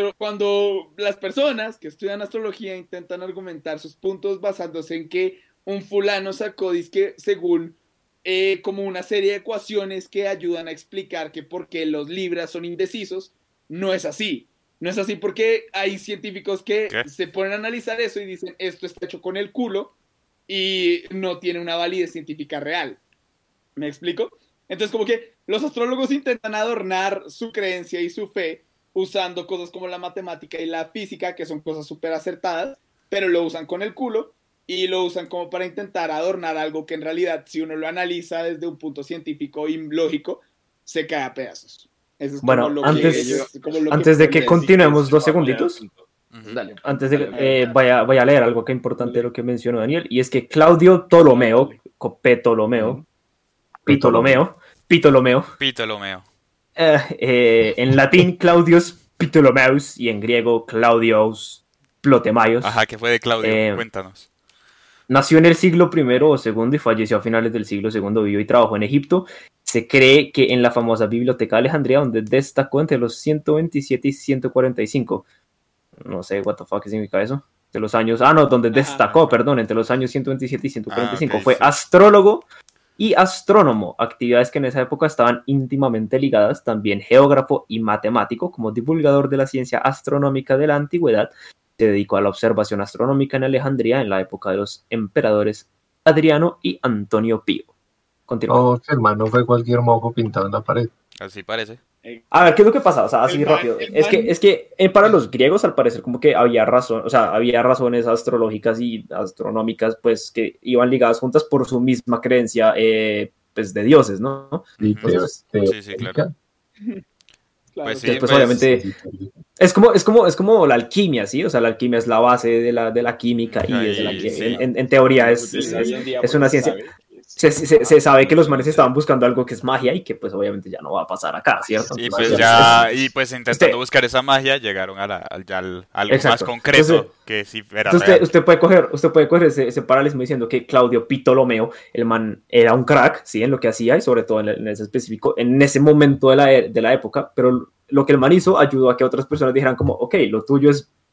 las personas que estudian astrología intentan argumentar sus puntos basándose en que un fulano sacó disque según como una serie de ecuaciones que ayudan a explicar que por qué los libras son indecisos, no es así. No es así porque hay científicos que se ponen a analizar eso y dicen esto está hecho con el culo y no tiene una validez científica real. ¿Me explico? Entonces como que los astrólogos intentan adornar su creencia y su fe usando cosas como la matemática y la física, que son cosas súper acertadas, pero lo usan con el culo y lo usan como para intentar adornar algo que en realidad, si uno lo analiza desde un punto científico y lógico, se cae a pedazos. Eso es Bueno, como antes de que continuemos 2 segunditos, Dale. antes de voy a leer algo que es importante de lo que mencionó Daniel, y es que Claudio Ptolomeo, en latín Claudius Ptolomeus y en griego Claudius Ptolemaios. Ajá, ¿qué fue de Claudio? Cuéntanos. Nació en el siglo I o II y falleció a finales del siglo II. Vivió y trabajó en Egipto. Se cree que en la famosa Biblioteca de Alejandría, donde destacó entre los 127 y 145. No sé, what the fuck, ¿qué significa eso? De los años... donde destacó, perdón, entre los años 127 y 145. Okay, fue sí. Astrólogo y astrónomo, actividades que en esa época estaban íntimamente ligadas, también geógrafo y matemático, como divulgador de la ciencia astronómica de la antigüedad. Se dedicó a la observación astronómica en Alejandría en la época de los emperadores Adriano y Antonio Pío. Continúa. Oh, que hermano fue cualquier mojo pintado en la pared. Así parece. A ver, ¿qué es lo que pasa? O sea, así rápido. Es que para los griegos, al parecer, como que había razón, o sea, había razones astrológicas y astronómicas, pues, que iban ligadas juntas por su misma creencia, pues, de dioses, ¿no? Sí, Sí, claro. Claro, Pues sí, Después, pues, obviamente, es como la alquimia, ¿sí? O sea, la alquimia es la base de la química y sí. en teoría es una ciencia. Se sabe que los manes estaban buscando algo que es magia y que pues obviamente ya no va a pasar acá, ¿cierto? Y Entonces, pues intentando buscar esa magia llegaron a algo Exacto. más concreto. Entonces, que sí era real. usted puede coger ese paralelismo diciendo que Claudio Ptolomeo, el man era un crack, ¿sí? En lo que hacía y sobre todo en ese específico, en ese momento de la época, pero lo que el man hizo ayudó a que otras personas dijeran como, ok, lo tuyo es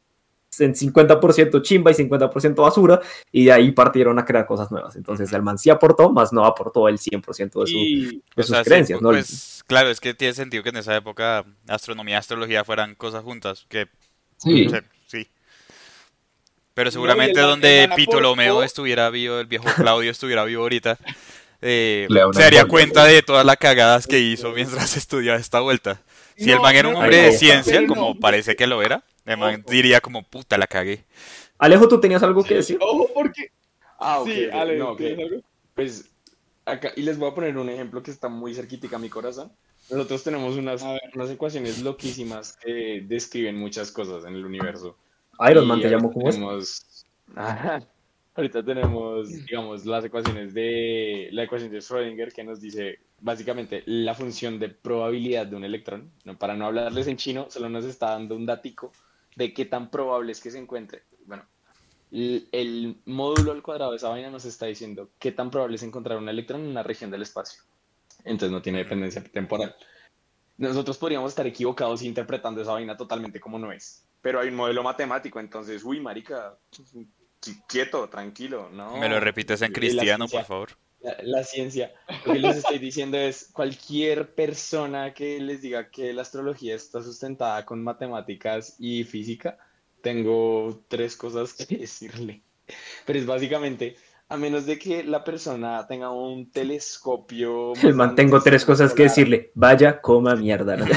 en 50% chimba y 50% basura, y de ahí partieron a crear cosas nuevas. Entonces el man sí aportó, más no aportó el 100% de O sus sea, sí, creencias, ¿no? pues claro, es que tiene sentido que en esa época astronomía y astrología fueran cosas juntas, que Sí, sí. Pero No, y seguramente el donde man Ptolomeo aportó. estuviera vivo, el viejo Claudio estuviera vivo ahorita, le da una se daría embolia. cuenta de todas las cagadas que hizo mientras estudiaba esta vuelta. Si el No, man era un no, hombre ahí de está. ciencia, pero como no. parece que lo era, el man Ojo. diría como, puta, la cagué. Alejo, ¿tú tenías algo que decir? Ojo, porque. Ah, ok, Sí, ok. Ale, No, ¿tienes ok. algo? Pues acá, y les voy a poner un ejemplo que está muy cerquita a mi corazón. Nosotros tenemos A ver. unas ecuaciones loquísimas que describen muchas cosas en el universo. Iron Man Y te ahorita llamo, ¿cómo es? tenemos, ajá, ahorita tenemos, digamos, las ecuaciones de la ecuación de Schrödinger que nos dice básicamente la función de probabilidad de un electrón. No, para no hablarles en chino, solo nos está dando un datico de qué tan probable es que se encuentre. Bueno, el módulo al cuadrado de esa vaina nos está diciendo qué tan probable es encontrar un electrón en una región del espacio. Entonces no tiene dependencia temporal. Nosotros podríamos estar equivocados interpretando esa vaina totalmente como no es. Pero hay un modelo matemático, entonces, uy, marica, quieto, tranquilo, no. Me lo repites en La cristiano, por ciencia, favor. la ciencia, lo que les estoy diciendo es, cualquier persona que les diga que la astrología está sustentada con matemáticas y física, tengo tres cosas que decirle. Pero es básicamente, a menos de que la persona tenga un telescopio El más man, grande que tengo el 3 sistema cosas que solar. decirle. Vaya, coma mierda. ¿no?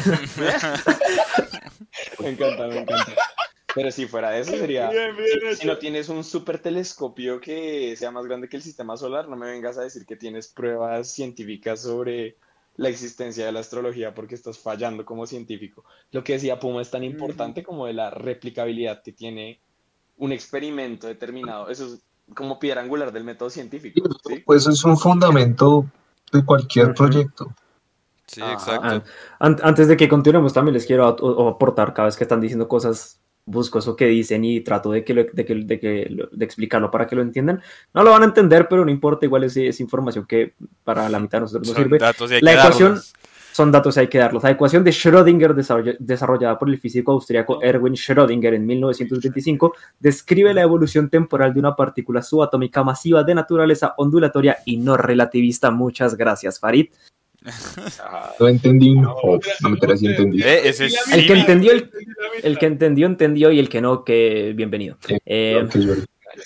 Me encanta, me encanta. Pero si fuera de eso sería, Bien, bien si no hecho. tienes un super telescopio que sea más grande que el sistema solar, no me vengas a decir que tienes pruebas científicas sobre la existencia de la astrología porque estás fallando como científico. Lo que decía Puma es tan importante como de la replicabilidad que tiene un experimento determinado. Eso es como piedra angular del método científico, ¿sí? Pues es un fundamento de cualquier Ujú. proyecto. Sí, Ajá. exacto. Antes de que continuemos, también les quiero aportar cada vez que están diciendo cosas, busco eso que dicen y trato de explicarlo para que lo entiendan. No lo van a entender, pero no importa, igual es información que para la mitad de nosotros nos Son sirve. datos y hay La que ecuación darlos. son datos, hay que darlos. La ecuación de Schrödinger, desarrollada por el físico austríaco Erwin Schrödinger en 1925, describe la evolución temporal de una partícula subatómica masiva de naturaleza ondulatoria y no relativista. Muchas gracias, Farid. Ajá. No entendí, No, no me enteré si entendí. Ese es El que Simi. entendió, el que entendió y el que no, que bienvenido. Que yo-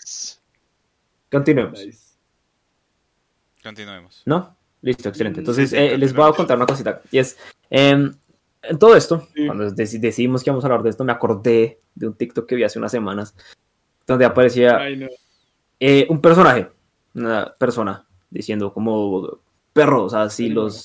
Continuemos. Nice. Continuemos. ¿No? Listo, excelente. Entonces, Sí, les voy a continuemos. contar una cosita. Y es, en todo esto, Sí. cuando decidimos que íbamos a hablar de esto, me acordé de un TikTok que vi hace unas semanas, donde aparecía Ay, no. un personaje, una persona, diciendo como, perro, o sea,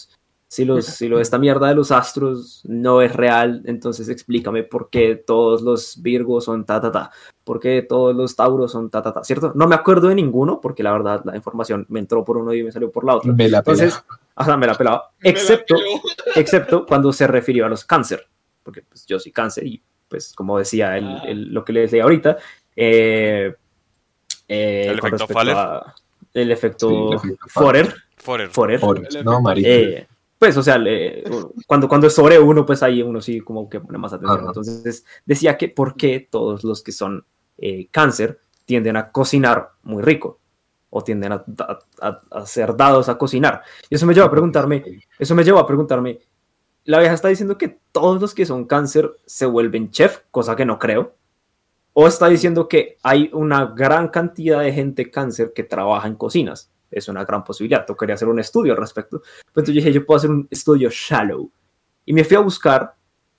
esta mierda de los astros no es real, entonces explícame por qué todos los Virgos son por qué todos los Tauros son ¿cierto? No me acuerdo de ninguno, porque la verdad la información me entró por uno y me salió por la otra. Me la pela. Entonces, ajá, me la pelaba, Me la excepto, peló. excepto cuando se refirió a los cáncer, porque pues, yo soy cáncer y pues como decía lo que les leí ahorita, El con efecto respecto Faller. a el efecto Sí, el efecto Forer, Forer. No, marica. pues, o sea, cuando es sobre uno, pues ahí uno sí como que pone más atención. Ajá. Entonces, decía que por qué todos los que son cáncer tienden a cocinar muy rico o tienden a ser dados a cocinar. Y eso me lleva a preguntarme, la vieja está diciendo que todos los que son cáncer se vuelven chef, cosa que no creo. O está diciendo que hay una gran cantidad de gente cáncer que trabaja en cocinas. Es una gran posibilidad. Tocaría hacer un estudio al respecto. Pero entonces dije, yo puedo hacer un estudio shallow. Y me fui a buscar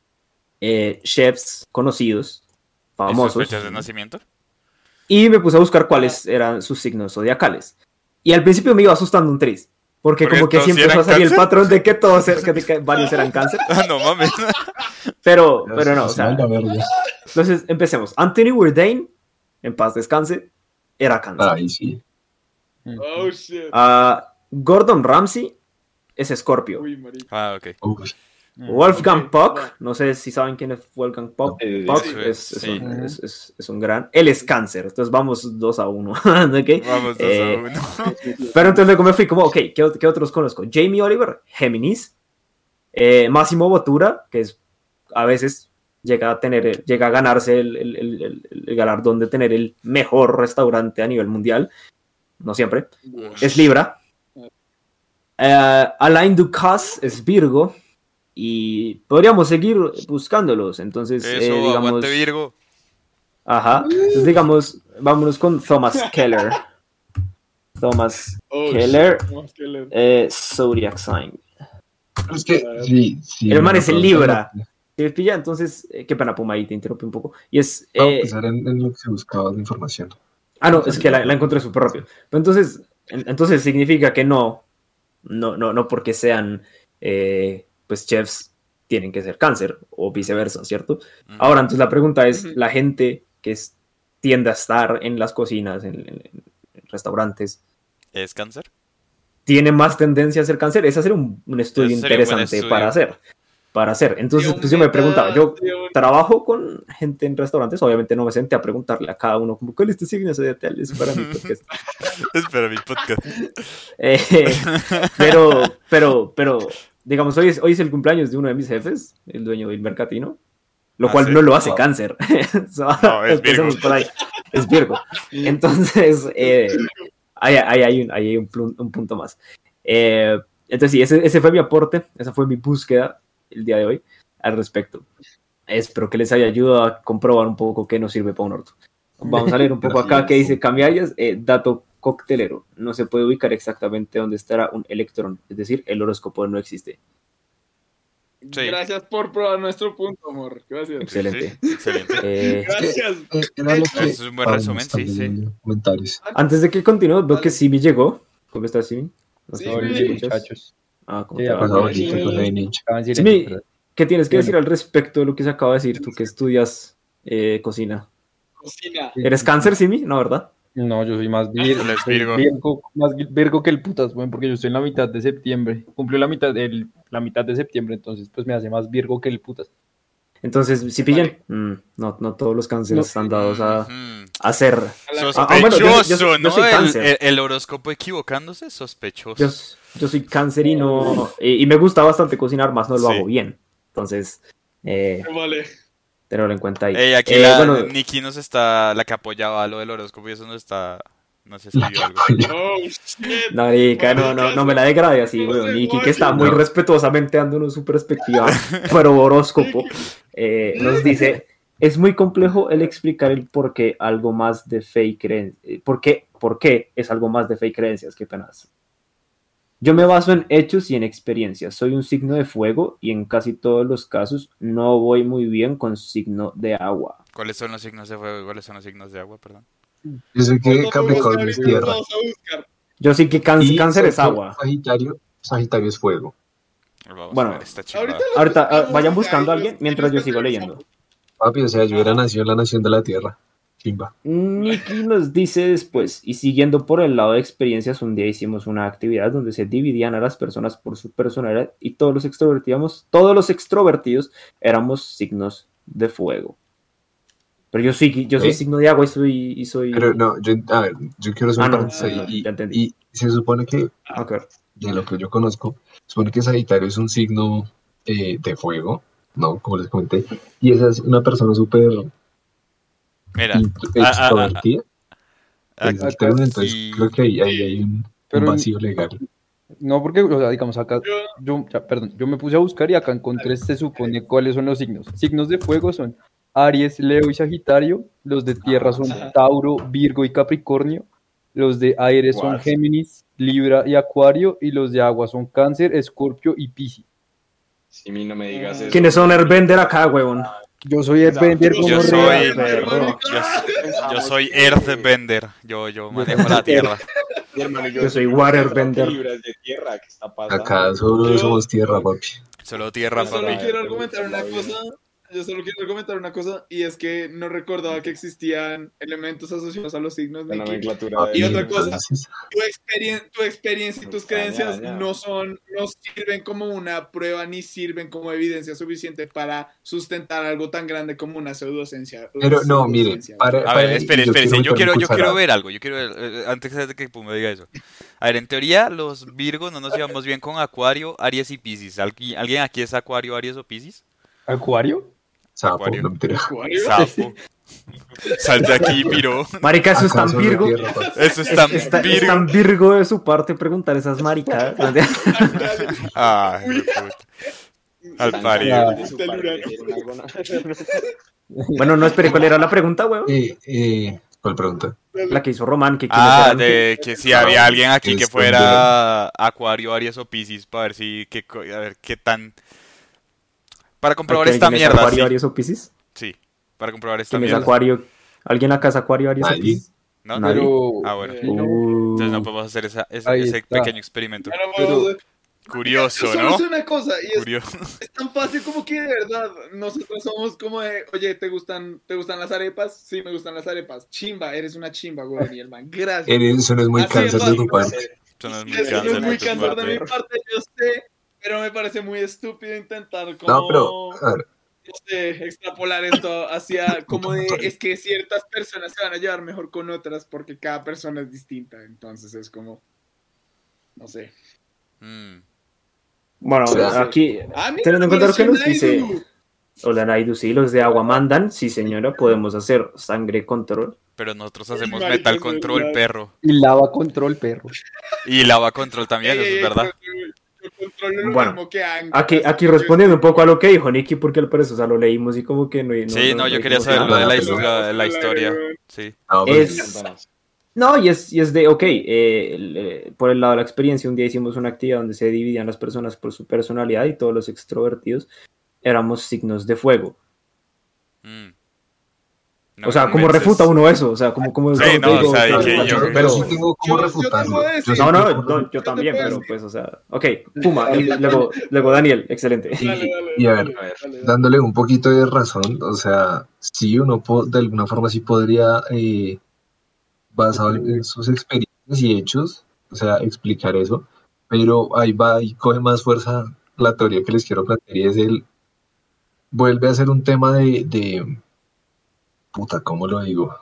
chefs conocidos, ¿Y sus famosos. fechas de nacimiento? Y me puse a buscar cuáles eran sus signos zodiacales. Y al principio me iba asustando un tris. Porque como que todos siempre eran empezó a salir el cáncer. patrón de que que varios eran cáncer. Ah, no mames. Pero no, o sea, la verga. entonces empecemos. Anthony Bourdain, en paz descanse, era cáncer. Ay, sí. Oh, shit. Gordon Ramsay es Scorpio. Uy, marica. Ah, ok. Uy, Wolfgang Ok, Puck, va. no sé si saben quién es Wolfgang Puck. Sí, Puck sí, es, sí. es un gran. Él es cáncer, entonces vamos 2-1. ¿Okay? Vamos 2-1. Pero entonces luego me fui como, ok, ¿qué otros conozco? Jamie Oliver, Géminis. Máximo Bottura, que es a veces llega a ganarse el galardón de tener el mejor restaurante a nivel mundial, no siempre, es Libra. Alain Ducasse es Virgo y podríamos seguir buscándolos, entonces Eso, digamos, aguante Virgo. ajá, entonces digamos, vámonos con Thomas Keller. Thomas Keller, Zodiac Sign. Pero es que, sí. El man es el no, Libra. ¿Te pilla? Entonces, qué pena, Puma, ahí te interrumpí un poco. Y es. Vamos a pensar en lo que se buscaba de información. No, es que la encontré súper rápido. Pero entonces significa que no porque sean pues chefs tienen que ser cáncer o viceversa, ¿cierto? Ahora, entonces la pregunta es, la gente que tiende a estar en las cocinas, en restaurantes, ¿Es cáncer? ¿tiene más tendencia a ser cáncer? Es hacer un estudio Ese sería un buen interesante estudio. para hacer. Entonces, pues yo me preguntaba, yo trabajo con gente en restaurantes, obviamente no me senté a preguntarle a cada uno como, ¿cuál es tu signo zodiacal? Es para mi podcast. Es para mi podcast. Pero, digamos, hoy es el cumpleaños de uno de mis jefes, el dueño del Mercatino, lo cual ¿sí? no lo hace cáncer. No, es Virgo. Por ahí. Es Virgo. Entonces, ahí hay un punto más. Entonces, sí, ese fue mi aporte, esa fue mi búsqueda el día de hoy al respecto. Espero que les haya ayudado a comprobar un poco qué nos sirve para un orto. Vamos a leer un poco acá que dice cambiarias, dato coctelero. No se puede ubicar exactamente dónde estará un electrón, es decir, el horóscopo no existe. Sí. Gracias por probar nuestro punto, amor. Gracias. Excelente. Sí, excelente. Gracias. Es un buen resumen, sí. Comentarios. Antes de que continúe, veo que Simi llegó. ¿Cómo estás, Simi? No sé Sí, si me sí, escuchas. muchachos. ¿Cómo Sí, te va? Pasado sí, ahorita con el nicho. Simi, ¿qué tienes que Bueno. decir al respecto de lo que se acaba de decir? Tú que estudias cocina. Cocina. ¿Eres cáncer, Simi? No, ¿verdad? No, yo soy más Él es Virgo. más Virgo que el putas, bueno, porque yo estoy en la mitad de septiembre. Cumplió la mitad de septiembre, entonces pues me hace más Virgo que el putas. Entonces, si pillan, no todos los cánceres están dados a hacer. Sospechoso, bueno, yo soy ¿no? cáncer. El horóscopo equivocándose, sospechoso. Yo soy cáncer y no. Y me gusta bastante cocinar, más no lo Sí. hago bien. Entonces, Vale. tenerlo en cuenta ahí. Aquí bueno, Nikki la que apoyaba lo del horóscopo y eso no se escribió algo. Oh, shit. no me la degrade así, weón. Niki, que está muy respetuosamente dándonos su perspectiva pero horóscopo, nos dice: es muy complejo el explicar el por qué algo más de fe y creencias. ¿Por qué es algo más de fe y creencias? Qué penas. Yo me baso en hechos y en experiencias. Soy un signo de fuego y en casi todos los casos no voy muy bien con signo de agua. ¿Cuáles son los signos de fuego y cuáles son los signos de agua, perdón? Yo sé que Capricornio es tierra. Vamos a buscar. Yo sí que Y cáncer es agua. Sagitario es fuego. Vamos Bueno, a ver esta chingada. Ahorita vayan buscando a alguien mientras yo sigo leyendo. Papi, o sea, yo era nacido en la nación de la tierra. Chimba. Nikki nos dice después, y siguiendo por el lado de experiencias, un día hicimos una actividad donde se dividían a las personas por su personalidad y todos los extrovertidos éramos signos de fuego. Pero yo soy signo de agua y soy... Pero no, yo quiero hacer un paréntesis ahí, no, ya entendí. y se supone que, Ok. de lo que yo conozco, se supone que Sagitario es un signo de fuego, ¿no? Como les comenté, y esa es una persona súper Mira, extrovertida. Es el término, entonces sí. creo que ahí hay un Pero- vacío legal. No, porque, o sea, digamos, acá, yo me puse a buscar y acá encontré, se supone cuáles son los signos. Signos de fuego son Aries, Leo y Sagitario. Los de tierra son Tauro, Virgo y Capricornio. Los de aire son What? Géminis, Libra y Acuario. Y los de agua son Cáncer, Escorpio y Piscis. Si mí no me digas eso. ¿Quiénes son Airbender acá, huevón? Yo soy Airbender como Yo real. yo soy Earthbender. Yo manejo la tierra. Mi hermano y Yo soy somos waterbender. libras de tierra, ¿qué está pasando? Acá solo somos tierra, papi. Solo tierra, Yo solo papi. quiero argumentar una cosa. Yo solo quiero comentar una cosa, y es que no recordaba que existían elementos asociados a los signos La Nikki. nomenclatura de Y otra cosa, Entonces, tu experiencia y tus creencias Ya. no sirven como una prueba ni sirven como evidencia suficiente para sustentar algo tan grande como una pseudociencia. Pero no, mire, A ver, espere. Yo quiero ver. ver algo. Yo quiero ver, antes de que Puma diga eso. A ver, en teoría, los Virgos no nos llevamos bien con Acuario, Aries y Piscis. ¿Alguien aquí es Acuario, Aries o Piscis? ¿Acuario? Sapo, Acuario. no mentira. ¿Acuario? Sapo. Sal de aquí, piro. Marica, eso es tan ¿Acaso la Virgo. Tierra, parce? Eso es tan Es Virgo. tan Virgo de su parte preguntar esas maricadas. Ay, Uy. puta. Al Tan parido. cagado de su Del parte, huracán. era algo, ¿no? Bueno, no esperé cuál era la pregunta, weón. ¿Cuál pregunta? La que hizo Román, que quiénes Ah, eran. de que si había alguien aquí que Es fuera Acuario, Aries o Piscis para ver si a ver qué tan para comprobar esta ¿Quién es mierda, Acuario, sí. Aries o Piscis? Sí, para comprobar esta ¿Quién es mierda. Acuario? ¿Alguien acá es Acuario, Aries o Nadie. Piscis? ¿No? Nadie. Pero. Ah, bueno. sí, no, Entonces no podemos hacer Ahí ese está. pequeño experimento. Pero- Curioso, Solo ¿no? es una cosa, y Curioso. es tan fácil como que de verdad nosotros somos como de, oye, ¿te gustan las arepas? Sí, me gustan las arepas. Chimba, eres una chimba, güey, y el man, gracias. Eso no es muy Así de cáncer de tu fácil. parte. Eso no es muy Eso no cáncer es muy de tu cáncer de mi parte. parte, yo sé, pero me parece muy estúpido intentar como, No, pero, a ver, no sé, extrapolar esto hacia como de, es que ciertas personas se van a llevar mejor con otras porque cada persona es distinta, entonces es como, no sé. Mm. Bueno, O sea, aquí, Ah, mira, teniendo en cuenta lo que nos Naidu. dice Hola Naidu, sí, los de agua mandan. Sí, señora, podemos hacer sangre control. Pero nosotros hacemos marica, metal es control, verdad. perro. Y lava control, perro. Y lava control también, eso es verdad. Yo controlo lo Bueno, mismo que Angus. Aquí respondiendo un poco a lo que dijo Nicky, porque al parecer, o sea, lo leímos y como que no. Sí, no, yo quería dijimos saber nada. lo de nada, la historia. Sí. no, pero Es- No, y es de, ok, por el lado de la experiencia, un día hicimos una actividad donde se dividían las personas por su personalidad y todos los extrovertidos éramos signos de fuego. Mm. No O sea, me ¿cómo convences. refuta uno eso? O sea, ¿cómo Sí, digo, no, o sea, claro, que claro, yo- pero sí tengo cómo yo te refutarlo. puedo decir- Yo No, sí no, tengo cómo no, yo también, puedo pero decir. pues, o sea, ok, Puma, Y- luego Daniel, excelente. Y a ver, dale. dándole un poquito de razón, o sea, sí uno de alguna forma sí podría, basado en sus experiencias y hechos, o sea, explicar eso, pero ahí va y coge más fuerza la teoría que les quiero plantear y es vuelve a ser un tema puta, ¿cómo lo digo?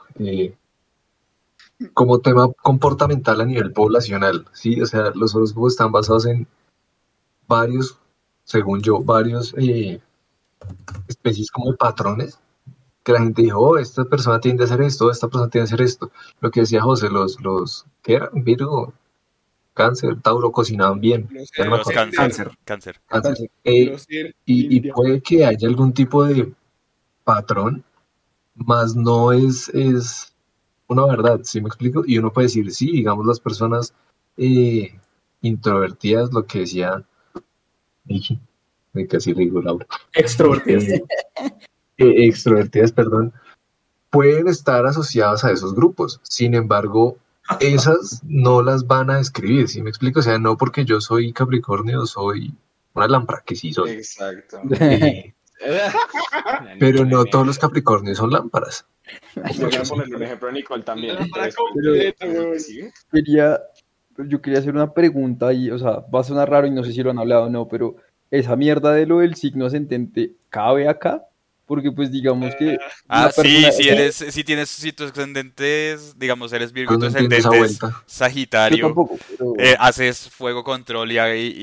Como tema comportamental a nivel poblacional, ¿sí? O sea, los horóscopos están basados en varios, según yo, varios especies como de patrones que la gente dijo, oh, esta persona tiende a hacer esto, esta persona tiende a hacer esto. Lo que decía José, ¿qué era? Virgo, Cáncer, Tauro cocinaban bien. Ya no me Los acuerdo. cáncer. Cáncer. Cáncer. Y India. puede que haya algún tipo de patrón, más no es una verdad, ¿sí me explico? Y uno puede decir, sí, digamos las personas introvertidas, lo que decía Miki, de casi le digo Laura, Extrovertidos. extrovertidas, perdón, pueden estar asociadas a esos grupos. Sin embargo, esas no las van a describir, ¿sí me explico? O sea, no porque yo soy Capricornio, soy una lámpara, que sí soy. Exacto. Eh, pero no todos los Capricornios son lámparas. Yo voy a ponerle un ejemplo a Nicole también. Para Entonces, completa, weón. ¿sí? Yo quería hacer una pregunta y, o sea, va a sonar raro y no sé si lo han hablado o no, pero esa mierda de lo del signo ascendente cabe acá, porque pues digamos que Ah, una persona- si tienes si tus ascendentes, digamos, eres Virgo Yo y tu no entiendo esa ascendente es vuelta. yo Sagitario, tampoco, pero haces fuego control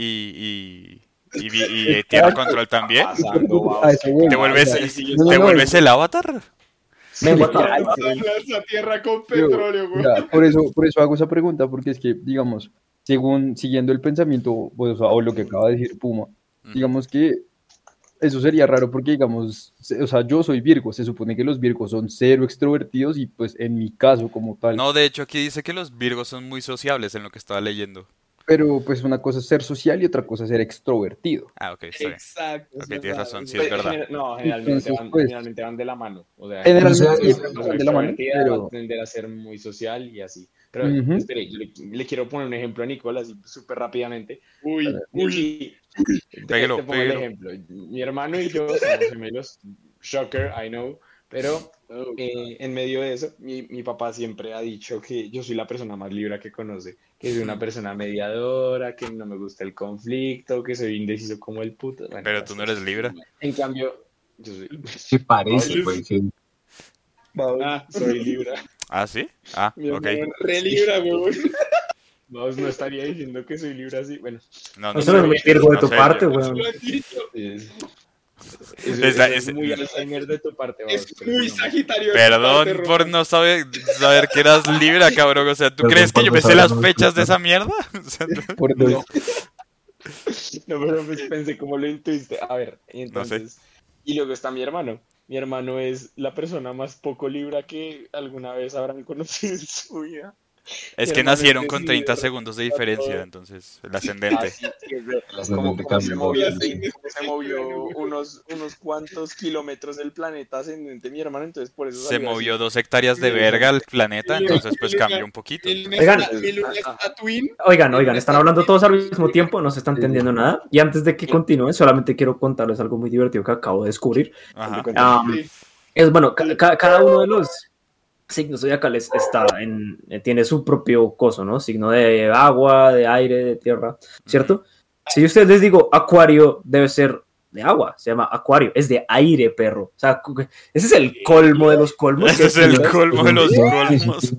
y tierra control también. Pasando, wow. a eso voy, ¿Te o vuelves, sea, no, te no, vuelves el avatar? La tierra con Pero, petróleo, güey. mira, por eso hago esa pregunta, porque es que, digamos, siguiendo el pensamiento, pues, o lo que acaba de decir Puma, digamos que eso sería raro porque, digamos, o sea, yo soy Virgo, se supone que los Virgos son cero extrovertidos y pues en mi caso como tal, No, de hecho aquí dice que los Virgos son muy sociables en lo que estaba leyendo. pero pues una cosa es ser social y otra cosa es ser extrovertido. Ah, ok, está bien. Exacto. Ok, es tienes verdad, razón, es sí, es verdad. verdad. No, Entonces, pues, generalmente van de la mano. O sea, Generalmente O sea, sí, es- la van de la mano, extrovertida va pero a tender a ser muy social y así. Pero Ujú. espere, yo le quiero poner un ejemplo a Nicolás así súper rápidamente. Uy, uy. Y Pégalo, te pongo el pégalo. ejemplo. Mi hermano y yo somos gemelos. Shocker, I know. Pero Oh, en medio de eso, mi papá siempre ha dicho que yo soy la persona más libre que conoce, que soy una persona mediadora, que no me gusta el conflicto, que soy indeciso como el puto. Bueno, Pero tú no eres Libra. En cambio, yo soy, Que parece, Oye, pues, que Ah, soy Libra. Ah, ¿sí? Ah, mi ok. hermano, re libra, güey. No estaría diciendo que soy Libra así. Bueno, No, no Eso no es sé. muy Virgo de No tu sé, parte, yo- weón. es- Esa- Es ese- muy Alzheimer de tu parte. Es Vamos, pero muy no. Sagitario. de tu parte, Perdón Roman. por no saber que eras Libra, cabrón. O sea, ¿tú Perdón crees que por yo no me sé saber, las no me fechas de escuchan. esa mierda? O sea, Por dos. No, pero pues pensé cómo lo intuiste. A ver, y No sé. entonces. Y luego está mi hermano. Mi hermano es la persona más poco libra que alguna vez habrán conocido en su vida. es Mi que hermano es nacieron con 30 decidido, segundos de a todo. diferencia, entonces, el ascendente. Así es de- El ascendente cambia, cómo ¿no? se movió unos cuantos kilómetros del planeta ascendente mi hermano, entonces por eso Se salió movió así. 2 hectáreas de verga al planeta, entonces pues cambió un poquito. Mi luna Oigan. es Tatooine. Oigan, están hablando todos al mismo tiempo, no se está Sí, entendiendo sí. nada. Y antes de que continúen, solamente quiero contarles algo muy divertido que acabo de descubrir. Ajá. Sí. Es bueno, cada uno de los signos zodiacales tiene su propio coso, ¿no? Signo de agua, de aire, de tierra, ¿cierto? Si yo a ustedes les digo Acuario, debe ser de agua, se llama Acuario, es de aire, perro. O sea, ese es el colmo de los colmos. Ese es el ¿no? colmo de los colmos.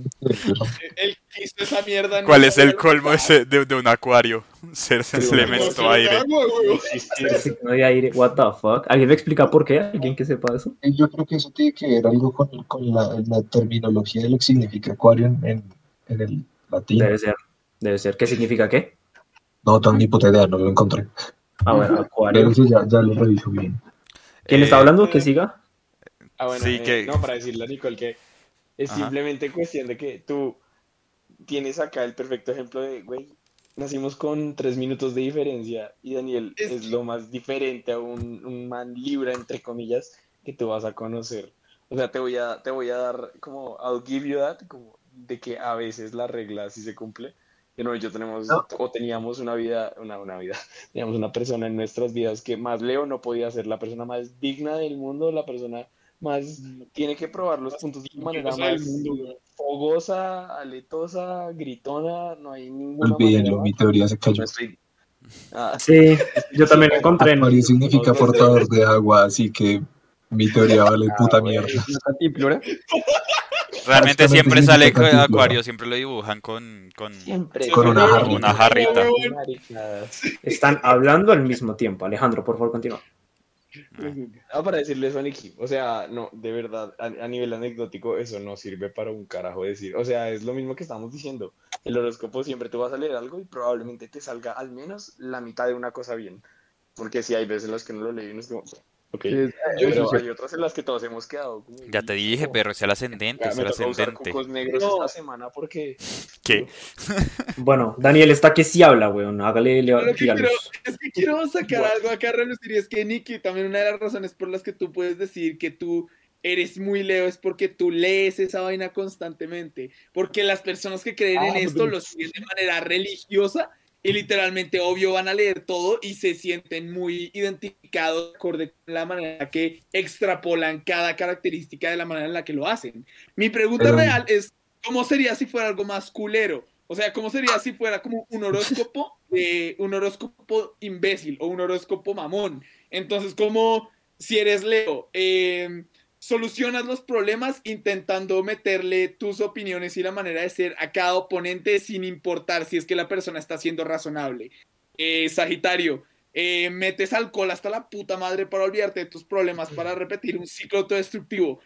Él quiso esa mierda. ¿Cuál no es el sabía colmo lo que de un acuario? Ser Sí, elemento estaba. aire. Agua, güey. El signo de aire, what the fuck. ¿Alguien me explica por qué? ¿Alguien que sepa eso? Yo creo que eso tiene que ver algo con la terminología de lo que significa acuario en el latín. Debe ser. ¿Qué significa qué? No, tan ni puta idea, no lo encontré. A ver, Pero Acuario. eso ya lo reviso bien. ¿Quién está Eh, hablando? Que siga. Ah, bueno, Sí, que- no, para decirle a Nicole que es Ajá. simplemente cuestión de que tú tienes acá el perfecto ejemplo de, güey, nacimos con 3 minutos de diferencia y Daniel Es es lo más diferente a un man libra, entre comillas, que tú vas a conocer. O sea, te voy a dar como, I'll give you that, como de que a veces la regla sí se cumple. Que no, yo tenemos, No. o teníamos una vida, teníamos una persona en nuestras vidas que más Leo no podía ser la persona más digna del mundo, la persona más, tiene que probar los puntos de manera Cosa del más mundo, güey. fogosa, aletosa, gritona, no hay ninguna manera Olvídenlo, más. mi teoría se cayó. No estoy- Ah, Sí, yo también lo encontré en... Acuario significa no sé. portador de agua, así que mi teoría vale puta güey. mierda. ¿Una cantimplora? Realmente Básicamente siempre sale significa cantinflora. acuario, siempre lo dibujan con... Siempre. Con una jarrita. Una jarrita. Maricadas. Están hablando al mismo tiempo. Alejandro, por favor, continúa. Ah, para decirle eso a Nicky, o sea, no, de verdad, a nivel anecdótico, eso no sirve para un carajo decir, o sea, es lo mismo que estamos diciendo, el horóscopo siempre tú vas a leer algo y probablemente te salga al menos la mitad de una cosa bien, porque sí hay veces en las que no lo leí y no es como, ok, pero hay otras en las que todos hemos quedado como, Ya te dije, pero es el ascendente, ya es me el toca usar ascendente. cucos negros No. esta semana porque ¿Qué? Bueno, Daniel está que sí habla, weón. Hágale, Lo que dígalos. quiero, es que quiero sacar algo acá a relucir y es que Nicky, también una de las razones por las que tú puedes decir que tú eres muy Leo es porque tú lees esa vaina constantemente, porque las personas que creen en esto lo siguen de manera religiosa y literalmente obvio van a leer todo y se sienten muy identificados acorde con la manera que extrapolan cada característica de la manera en la que lo hacen. Mi pregunta Pero- real es, ¿cómo sería si fuera algo más culero? O sea, ¿cómo sería si fuera como un horóscopo imbécil o un horóscopo mamón? Entonces, como si eres Leo, solucionas los problemas intentando meterle tus opiniones y la manera de ser a cada oponente sin importar si es que la persona está siendo razonable. Sagitario, metes alcohol hasta la puta madre para olvidarte de tus problemas, para repetir un ciclo autodestructivo.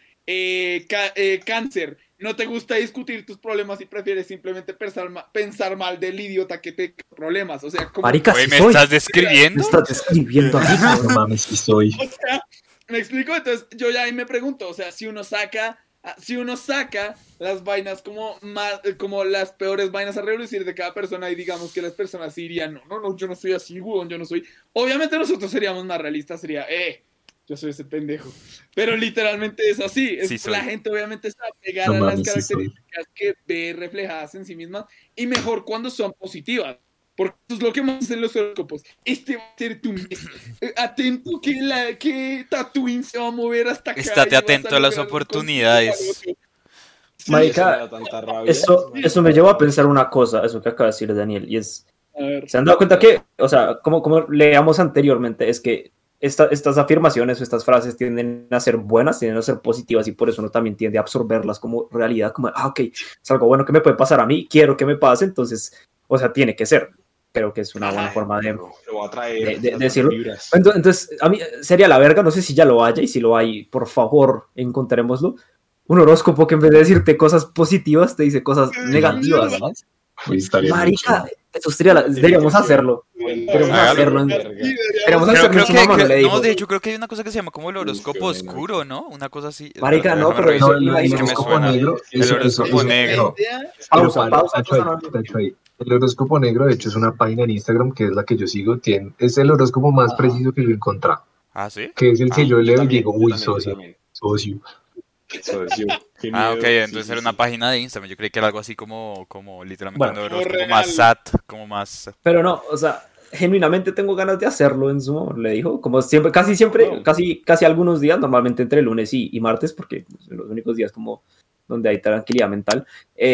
Cáncer, no te gusta discutir tus problemas y prefieres simplemente pensar mal del idiota que te crea problemas. O sea, como... Marica, Güey, sí ¿me soy. estás Me describiendo? estás describiendo a mí, No cabrón. mames, sí soy. O sea, ¿me explico? Entonces yo ya ahí me pregunto, o sea, si uno saca las vainas como las peores vainas a relucir de cada persona y digamos que las personas sí dirían, no, yo no soy así, weón, yo no soy... Obviamente nosotros seríamos más realistas, sería, yo soy ese pendejo. Pero literalmente es así. Sí soy. La gente obviamente se va a pegar No a las mames, sí soy. características que ve reflejadas en sí mismas y mejor cuando son positivas. Porque eso es lo que más hacen los horóscopos. Este va a ser tu mes. Atento que Tatooine se va a mover hasta acá. Estate y vas atento a las lograr un oportunidades. concepto. Sí, Marica, eso me da tanta rabia. Eso me lleva a pensar una cosa, eso que acaba de decir Daniel, y es, a ver. ¿se han dado cuenta que, o sea, como leíamos anteriormente, es que estas afirmaciones o estas frases tienden a ser buenas, tienden a ser positivas y por eso uno también tiende a absorberlas como realidad, como, ok, es algo bueno que me puede pasar a mí, quiero que me pase, entonces, o sea, tiene que ser. creo que es una buena forma de Lo voy a traer. de las decirlo. vibras. Entonces, a mí sería la verga, no sé si ya lo haya, y si lo hay, por favor, encontrémoslo. Un horóscopo que en vez de decirte cosas positivas, te dice cosas negativas. Uy, estaría muy Marica, chido. eso sería deberíamos hacerlo. Deberíamos Hágalo. hacerlo. Deberíamos Creo, hacerlo creo en su mamá, que, le dijo. no, de hecho creo que hay una cosa que se llama como el horóscopo Uf, qué oscuro, ¿no? Una cosa así. Marica, Espérate, no, déjame pero eso- revisar. No, el Es que me horóscopo suena. negro, El horóscopo negro. Pausa, pausa, Tacho ahí, pausa, no. tacho ahí. El horóscopo negro, de hecho, es una página en Instagram que es la que yo sigo. Es el horóscopo más Ajá. preciso que yo he encontrado. Ah, ¿sí? Que es el que yo leo y también, digo, yo uy, también, yo socio, también. socio. Socio, qué Ah, miedo. ok, Sí, entonces sí, era sí. una página de Instagram. Yo creí que era algo así como literalmente Bueno. un horóscopo Como más regalo. sad, como más... Pero no, o sea, genuinamente tengo ganas de hacerlo en su momento, le dijo. Como siempre, casi siempre, No. casi algunos días, normalmente entre lunes y martes, porque son los únicos días como donde hay tranquilidad mental,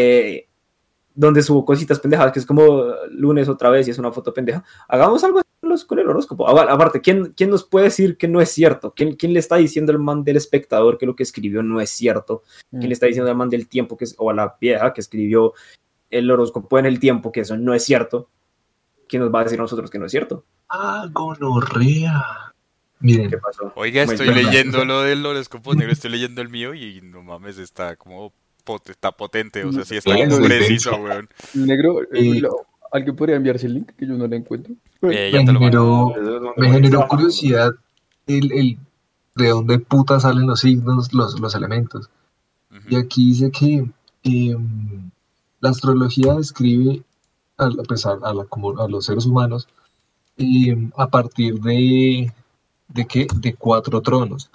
donde subo cositas pendejadas, que es como lunes otra vez y es una foto pendeja. Hagamos algo con el horóscopo. Aparte, ¿quién nos puede decir que no es cierto? ¿Quién le está diciendo al man del espectador que lo que escribió no es cierto? ¿Quién le está diciendo al man del tiempo o a la vieja que escribió el horóscopo en el tiempo que eso no es cierto? ¿Quién nos va a decir a nosotros que no es cierto? Ah, gonorrea. Miren, ¿Qué pasó? Oiga, estoy Bueno, leyendo lo del horóscopo negro, estoy leyendo el mío y no mames, está como... está potente, o sea, sí está Sí, como muy preciso, denso. weón. Negro, Y- ¿alguien podría enviarse el link? Que yo no lo encuentro. Ya me te lo mando. generó, me generó curiosidad el de dónde puta salen los signos, los elementos. Y Ujú. aquí dice que la astrología describe pues, como a los seres humanos a partir ¿de qué? De 4 tronos.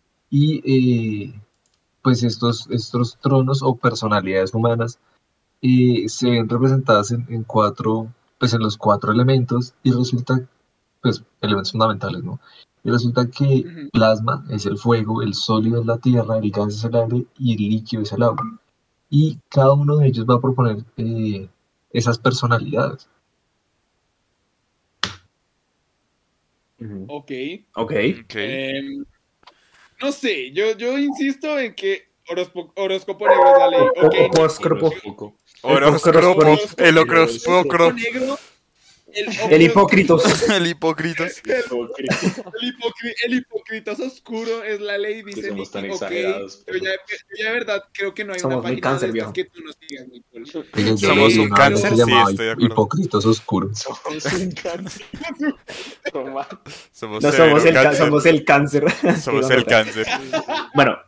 Y pues estos tronos o personalidades humanas se ven representadas en pues en los 4 elementos y resulta, pues, elementos fundamentales, ¿no? Y resulta que Ujú. plasma es el fuego, el sólido es la tierra, el gas es el aire y el líquido es el agua. Y cada uno de ellos va a proponer esas personalidades. Ok. Ok. Ok. No sé, yo insisto en que horóscopo negro es la ley. Ok, Horóscopo. Horóscopo, el horóscopo horóscopo, negro. El hipócritos. el hipócritas. El hipócritas oscuro es la ley, Que dice somos tan Nicky. Ok, exagerados. pero ya de verdad creo que no hay Somos una muy página cáncer, de estas viejo. que tú nos digas, Nicole. Oiga, yo ¿Somos leí un una vez cáncer? que Sí, llamaba estoy de acuerdo. Hipócritos Oscuros. Somos un cáncer. Toma. Somos No severo somos cáncer. somos el cáncer. Somos el cáncer. Bueno,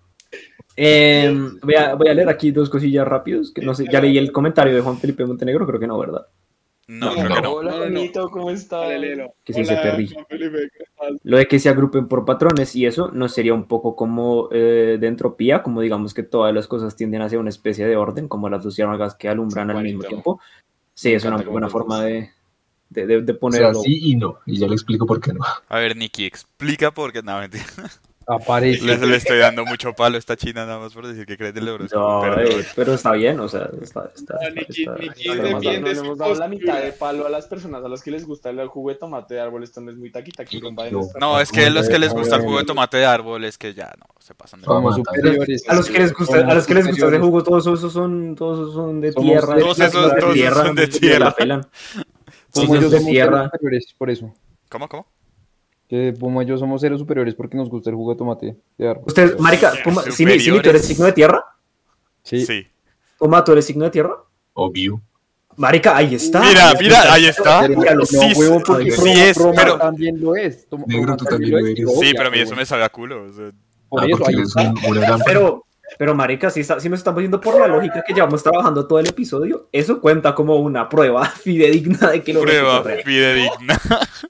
voy a leer aquí dos cosillas rápidos. Que no sé, ya leí el comentario de Juan Felipe Montenegro, creo que no, ¿verdad? No, No, creo que no. Hola, No, no, no. Juanito, ¿cómo estás? Dale, léelo. Que sí se Hola, perdí. Juan Felipe, ¿cómo estás? Lo de que se agrupen por patrones y eso no sería un poco como de entropía, como digamos que todas las cosas tienden hacia una especie de orden, como las luciérnagas que alumbran al mismo Juanito. tiempo. Sí, Me es una encanta buena cómo forma piensas. de O sea, ponerlo. sí y no. Y ya le explico por qué no. A ver, Nicky, explica por qué. No, mentira. Aparece. Le estoy dando mucho palo a esta china nada más por decir que crees del horóscopo. No, Perdón. pero está bien, o sea, está Nicky está defiende más dado. No le su hemos dado la postura. mitad de palo a las personas a las que les gusta el jugo de tomate de árbol. Esto no es muy taquitaqui, compadre. No. No, es que a los que les gusta el jugo de tomate de árbol es que ya no se pasan de Somos Vamos a superiores. A los que les gusta, Somos a los que les gusta ese superiores. jugo, todos esos son de Somos tierra. de- Todos esos son de tierra. La pelan. Como Signos yo de somos tierra. seres superiores, por eso. ¿Cómo? Que Puma y yo somos seres superiores porque nos gusta el jugo de tomate de árbol. Usted, marica, Puma, Simi, ¿tú eres Superiores. signo de tierra? Sí. Sí. Puma, ¿tú eres signo de tierra? Obvio. Marica, ahí está. Mira, ahí está. Míralo. Sí, No, huevo, porque sí Roma, es, Roma pero- también lo es. Negro, tú también lo eres. Sí, pero a mí eso me sabe a culo. O sea, Por Ah, eso, porque ahí eres está. un gran... Pero marica, si nos estamos yendo por la lógica que llevamos trabajando todo el episodio, eso cuenta como una prueba fidedigna de que lo prueba es real. fidedigna.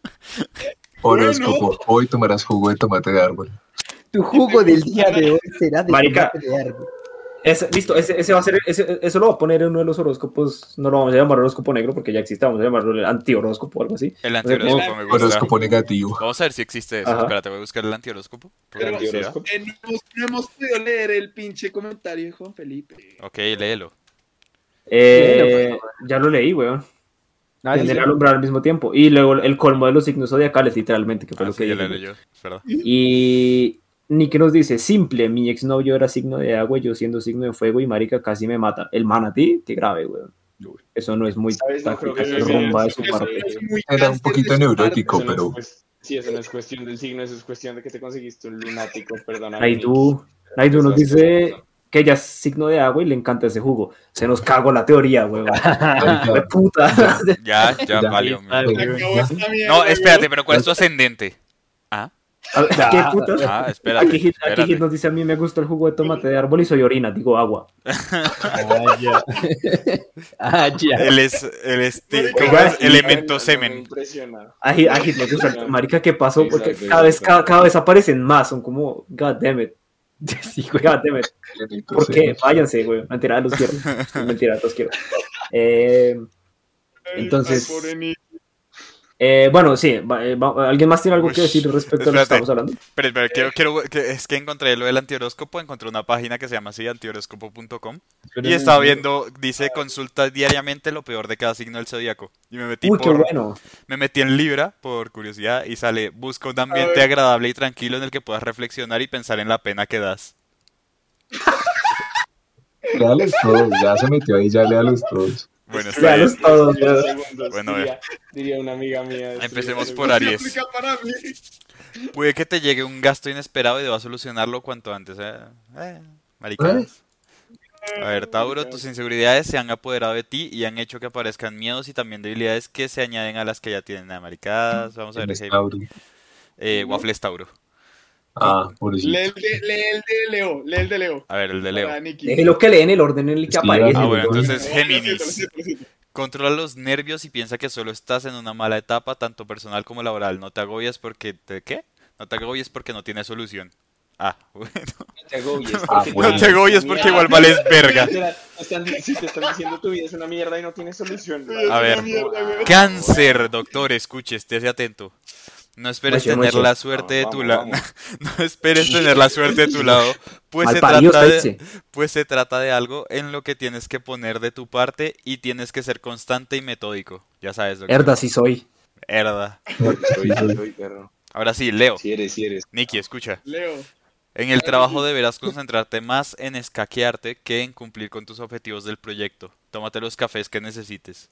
Horóscopo. Hoy tomarás jugo de tomate de árbol. Tu jugo del día de hoy será de Marica. tomate de árbol. Listo, ese va a ser, eso lo va a poner en uno de los horóscopos, no lo vamos a llamar horóscopo negro porque ya existe, vamos a llamarlo el antihoróscopo o algo así. El antihoróscopo me gusta. Horóscopo negativo. Vamos a ver si existe eso. Ajá. Espérate, voy a buscar el antihoróscopo. Por Pero- curiosidad. No hemos podido leer el pinche comentario de Juan Felipe. Ok, léelo. Ya lo leí, weón. Ah, sí, Tender sí. a alumbrar al mismo tiempo. Y luego el colmo de los signos zodiacales, literalmente, que fue Ah, lo sí, que ya dije. lo leyó. Es verdad. Y Nick nos dice, simple, mi exnovio era signo de agua y yo siendo signo de fuego y marica casi me mata. El manatí, qué grave, weón. Eso no es muy ¿Sabes? No creo que táctica, sea rumba de su Eso parte. es muy Era un cáncer poquito de su neurótico, Eso no es pero sí, eso no es cuestión del signo, eso es cuestión de que te conseguiste un lunático, perdóname. Naidu nos dice que ella es signo de agua y le encanta ese jugo. Se nos cagó la teoría, huevón. ¡Qué puta! Ya Ya. valió. Ahí está, Se acabó esta mierda, No, espérate, weón. pero ¿cuál es tu ascendente? Ah, A ver, ¿qué puta? espérate. Aquí Hit espérate. nos dice: a mí me gusta el jugo de tomate de árbol y soy orina, digo agua. Ah, ya. Ah, ya. Él es Marica, ¿cómo es? sí, Elemento Me semen. impresiona. A Hit le gusta el marica, ¿qué pasó? Porque Exacto, cada vez aparecen más, son como, god damn it. Sí, güey. God damn it. ¿Por qué? Váyanse, güey. Mentira, los quiero. Mentira, los quiero. Entonces, Ay, pobre niño. bueno, sí. ¿Alguien más tiene algo que Ush, decir respecto a lo que espérate. estamos hablando? Pero es que encontré lo del antihoróscopo, encontré una página que se llama así, antihoróscopo.com, y estaba viendo, dice, consulta diariamente lo peor de cada signo del zodiaco. Y Uy, qué bueno. me metí en Libra, por curiosidad, y sale, busca un ambiente ver. agradable y tranquilo en el que puedas reflexionar y pensar en la pena que das. léalos todos, ya se metió ahí, ya léalos todos. Bueno, está Léalos bien. todos, ya. Segundos, Bueno, diría una amiga mía. Empecemos Se por Aries. aplica para mí. Puede que te llegue un gasto inesperado y debas solucionarlo cuanto antes. Maricadas. A ver, Tauro, tus inseguridades se han apoderado de ti y han hecho que aparezcan miedos y también debilidades que se añaden a las que ya tienen. Maricadas, vamos a ver. Tienes Tauro. Waffles Tauro. Ah, pobrecito. Lee el de Leo. Lee el de Leo. A ver, el de Leo. Para Nikki. Déjelo que leen el orden en el que Sí, aparece. Ah, bueno, Lo entonces Lo Géminis. siento. Controla los nervios y piensa que solo estás en una mala etapa, tanto personal como laboral. No te agobies porque ¿qué? No te agobies porque no tienes solución. Ah, bueno. No te agobies. Ah, porque bueno. No te agobies porque igual vales verga. Si te están diciendo tu vida es una mierda y no tienes solución. A ver. Cáncer, doctor, escuche, estése atento. No esperes Mucho, tener mucho. la suerte de tu lado. Vamos. No esperes tener la suerte de tu lado, pues se Malparido trata está de, ese. pues se trata de algo en lo que tienes que poner de tu parte y tienes que ser constante y metódico. Ya sabes, doctor. Herda, sí soy. Herda. Soy perro. Ahora sí, Leo. Si eres. Nicky, escucha. Leo. En el trabajo deberás concentrarte más en escaquearte que en cumplir con tus objetivos del proyecto. Tómate los cafés que necesites.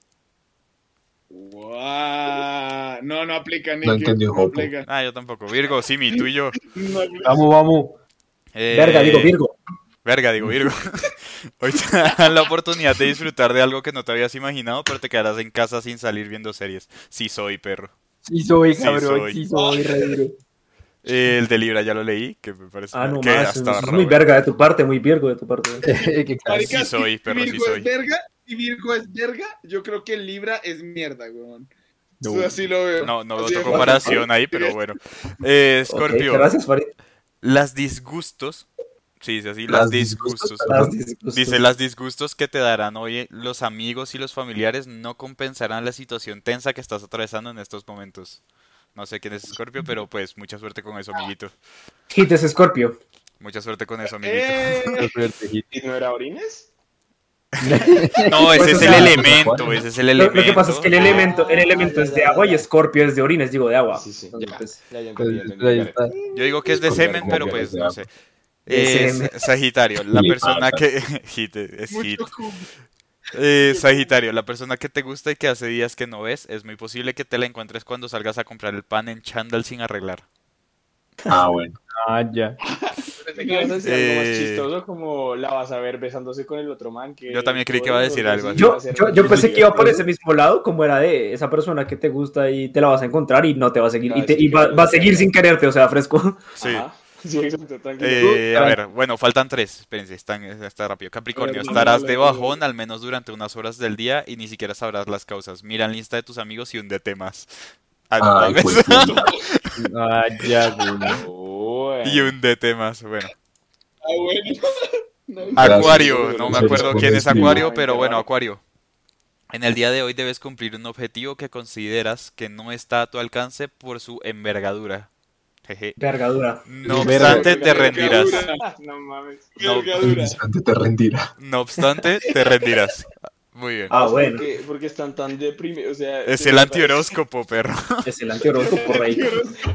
Guau. No aplica, Nikki. No entendió, No Jopo. aplica. Ah, yo tampoco. Virgo, Simi, tú y yo. No aplica. Vamos. Verga, digo Virgo. Verga, digo Virgo. Hoy te dan la oportunidad de disfrutar de algo que no te habías imaginado, pero te quedarás en casa sin salir viendo series. Sí soy, perro. Sí soy, Sí cabrón. soy. Sí soy, re duro. El de Libra ya lo leí, que me parece Ah, no que más. hasta Eso es raro, muy güey. verga de tu parte, muy Virgo de tu parte. Qué claro. Marica, Sí soy, si perro, sí Virgo soy. es verga, si Virgo es verga, yo creo que Libra es mierda, weón. No. Eso así lo veo. No veo Así otra de comparación ahí, pero bueno. Ok, Scorpio, gracias, Farid. las disgustos. Sí, dice así, Las las disgustos, disgustos. Las disgustos. Dice, las disgustos que te darán hoy los amigos y los familiares no compensarán la situación tensa que estás atravesando en estos momentos. No sé quién es Scorpio, pero pues mucha suerte con eso, amiguito. Hit es Scorpio. Mucha suerte con eso, amiguito. Qué suerte, Hit. ¿Y no era Orines? No, ese Pues, es o el sea, elemento, ese es el elemento. Lo que pasa es que el elemento es de agua y Scorpio es de orines, digo, de agua. Sí. Entonces, Ya Pues, entendí. ahí está. Yo digo que es de semen, pero pues no sé. De semen. Sagitario, la persona que... Es hit. Mucho cubo. Sagitario, la persona que te gusta y que hace días que no ves, es muy posible que te la encuentres cuando salgas a comprar el pan en chándal sin arreglar. Ah, bueno. Ah, ya. Pensé que ibas a decir algo más Eh, chistoso, como la vas a ver besándose con el otro man. Que Yo también creí que iba a decir algo así. yo pensé que iba por ese mismo lado, como era de esa persona que te gusta y te la vas a encontrar y no te va a seguir. Y va a seguir sin quererte, o sea, fresco. Sí. Ajá. Sí, exacto, tranquilo. A ver, bueno, faltan 3. Espérense, está rápido. Capricornio, estarás de bajón al menos durante unas horas del día y ni siquiera sabrás las causas. Mira la lista de tus amigos y hundete más. Ah, no Ay, mames. pues, Ah, ya, güey. Bueno. Y hundete más. Bueno. Ah, bueno. No, Acuario, Gracias. no me acuerdo quién es Gracias. Acuario, pero bueno, Acuario. En el día de hoy debes cumplir un objetivo que consideras que no está a tu alcance por su envergadura. Jeje. Vergadura. No obstante, te rendirás. No mames. No, Vergadura. Antes te rendirá. no obstante, te rendirás. Muy bien. Ah, bueno. Porque están tan deprimidos. O sea, Es el antihoróscopo, perro. Es el antihoróscopo por ahí.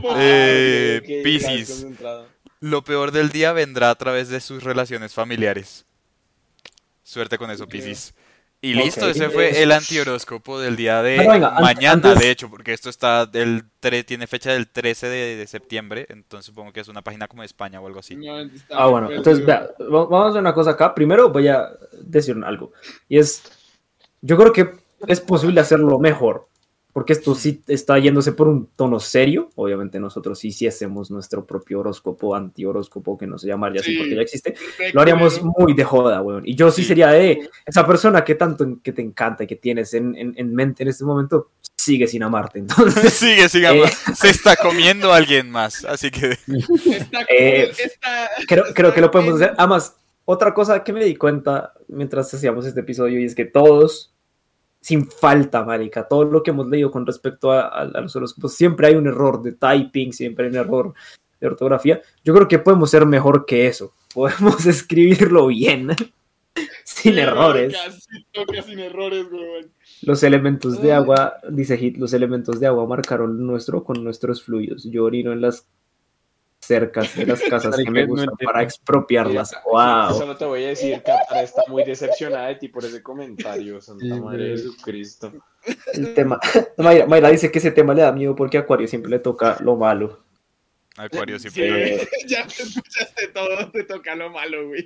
Piscis. Lo peor del día vendrá a través de sus relaciones familiares. Suerte con eso, Piscis. Y listo, Ok. ese fue el antihoróscopo del día de Bueno, venga, mañana, antes- de hecho, porque esto está tiene fecha del 13 de septiembre, entonces supongo que es una página como de España o algo así. No, está Ah, muy bueno, perdido. entonces vea, vamos a hacer una cosa acá. Primero voy a decir algo. Y es, yo creo que es posible hacerlo mejor, porque esto sí está yéndose por un tono serio. Obviamente nosotros sí hacemos nuestro propio horóscopo, anti-horóscopo, que no se llamaría así Sí. porque ya existe. Re Lo haríamos culero. muy de joda, weón. Y yo sí Sí. sería de esa persona que tanto que te encanta y que tienes en mente en este momento, sigue sin amarte. Entonces, Sigue, se está comiendo a alguien más, así que Está Eh, creo que lo podemos en- hacer. Además, otra cosa que me di cuenta mientras hacíamos este episodio y es que todos, sin falta, marica, todo lo que hemos leído con respecto a los horóscopos, siempre hay un error de typing, siempre hay un error de ortografía. Yo creo que podemos ser mejor que eso. Podemos escribirlo bien, sin Sí, errores. marica, sí toca sin errores, weón. Los elementos de agua, dice Hit, los elementos de agua marcaron nuestro con nuestros fluidos. Yo orino en las cercas de las casas que me Marica, no gustan entiendo. para expropiarlas. Mira, ¡Wow! Solo te voy a decir, Catara está muy decepcionada de ti por ese comentario, Santa Sí, Madre de güey. Jesucristo. El tema. Mayra dice que ese tema le da miedo porque a Acuario siempre le toca lo malo. Acuario Sí, siempre. ya te escuchaste todo, te toca lo malo, güey.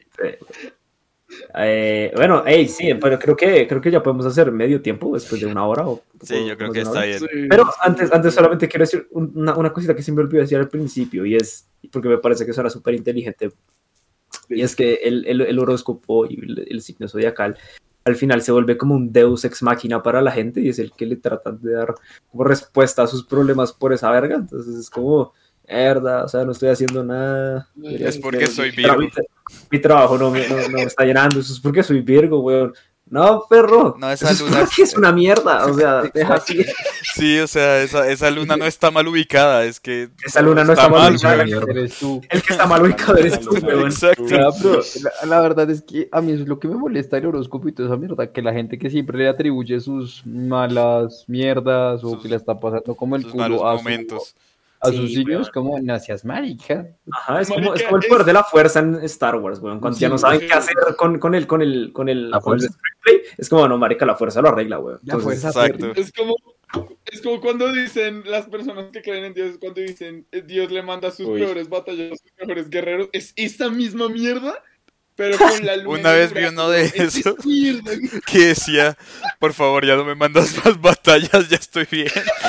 Bueno, hey, sí, pero creo que ya podemos hacer medio tiempo después de una hora. Sí, yo creo que está bien. Pero antes solamente quiero decir una cosita que se me olvidó decir al principio, y es, porque me parece que suena súper inteligente, y es que el horóscopo y el signo zodiacal al final se vuelve como un deus ex machina para la gente, y es el que le tratan de dar como respuesta a sus problemas por esa verga. Entonces es como, o sea, no estoy haciendo nada. Es porque soy Mi tra- Virgo. Mi trabajo no me está llenando, eso es porque soy Virgo, weón. No, perro. No, Eso esa es luna porque es una mierda, o sea, deja así. Sí, o sea, esa luna no está mal ubicada, es que Esa luna no está mal mal, ubicada. güey. Eres tú. El que está mal ubicado eres tú, weón. Exacto. Ya, pero la verdad es que a mí eso es lo que me molesta el horóscopo y toda esa mierda, que la gente que siempre le atribuye sus malas mierdas o Sus- que le está pasando como el Sus malos culo momentos. a Sí, sus signos, weón. como no seas marica. Ajá, es Marica, como el poder de la fuerza en Star Wars, weón. Cuando ya Sí, no saben sí. qué hacer con el La fuerza. screenplay, es como, no, marica, la fuerza lo arregla, weón. La Entonces, fuerza Exacto. Es como cuando dicen las personas que creen en Dios, cuando dicen Dios le manda sus Uy. peores batallas a sus mejores guerreros. Es esa misma mierda, pero con la luna. Una en el vez vi brazo, uno de es esa esos. mierda. Que decía, por favor, ya no me mandas más batallas, ya estoy bien.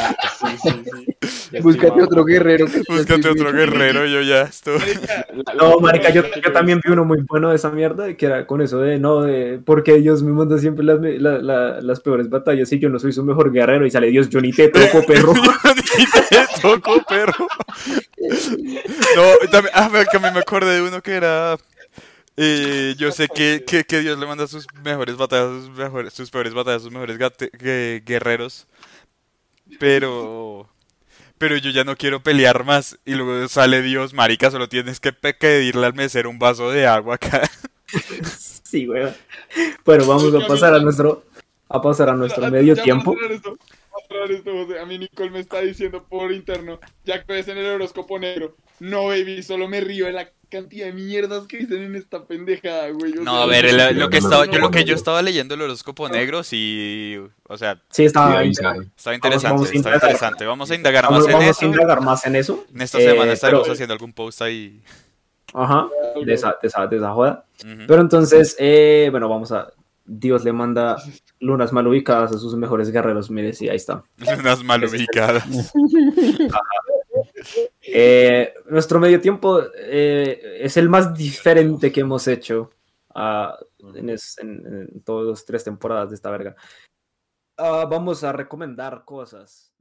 Ya Búscate estoy otro guerrero. que Búscate otro guerrero, yo ya estoy. Marica, no, marica, yo también vi uno muy bueno de esa mierda, que era con eso de, no, de, porque Dios me manda siempre las peores batallas y yo no soy su mejor guerrero, y sale Dios, yo ni te toco, perro. Ni te toco, perro. No, también, que a mí me acordé de uno que era. Yo sé que Dios le manda sus mejores batallas, sus peores batallas, sus mejores guerreros. Pero yo ya no quiero pelear más. Y luego sale Dios, marica, solo tienes que pedirle al mesero un vaso de agua acá. Sí, weón. Bueno, vamos a pasar a nuestro medio ya tiempo. voy a cerrar esto, José. A mí Nicole me está diciendo por interno, ya que ves en el horóscopo negro. No, baby, solo me río de la cantidad de mierdas que dicen en esta pendejada, güey. O No, sea, a ver, lo que no, yo estaba leyendo el horóscopo negro, sí, o sea, Sí, está Sí, bien. ahí estaba interesante, vamos a estaba indagar. interesante. Vamos a indagar más Vamos en a eso. indagar más en eso. En esta semana estaremos pero- haciendo algún post ahí. Ajá, de esa joda. Ujú. Pero entonces, bueno, Dios le manda lunas mal ubicadas a sus mejores guerreros. Mire, sí, ahí está. Unas mal ubicadas. Nuestro medio tiempo es el más diferente que hemos hecho en todas las 3 temporadas de esta verga. Vamos a recomendar cosas.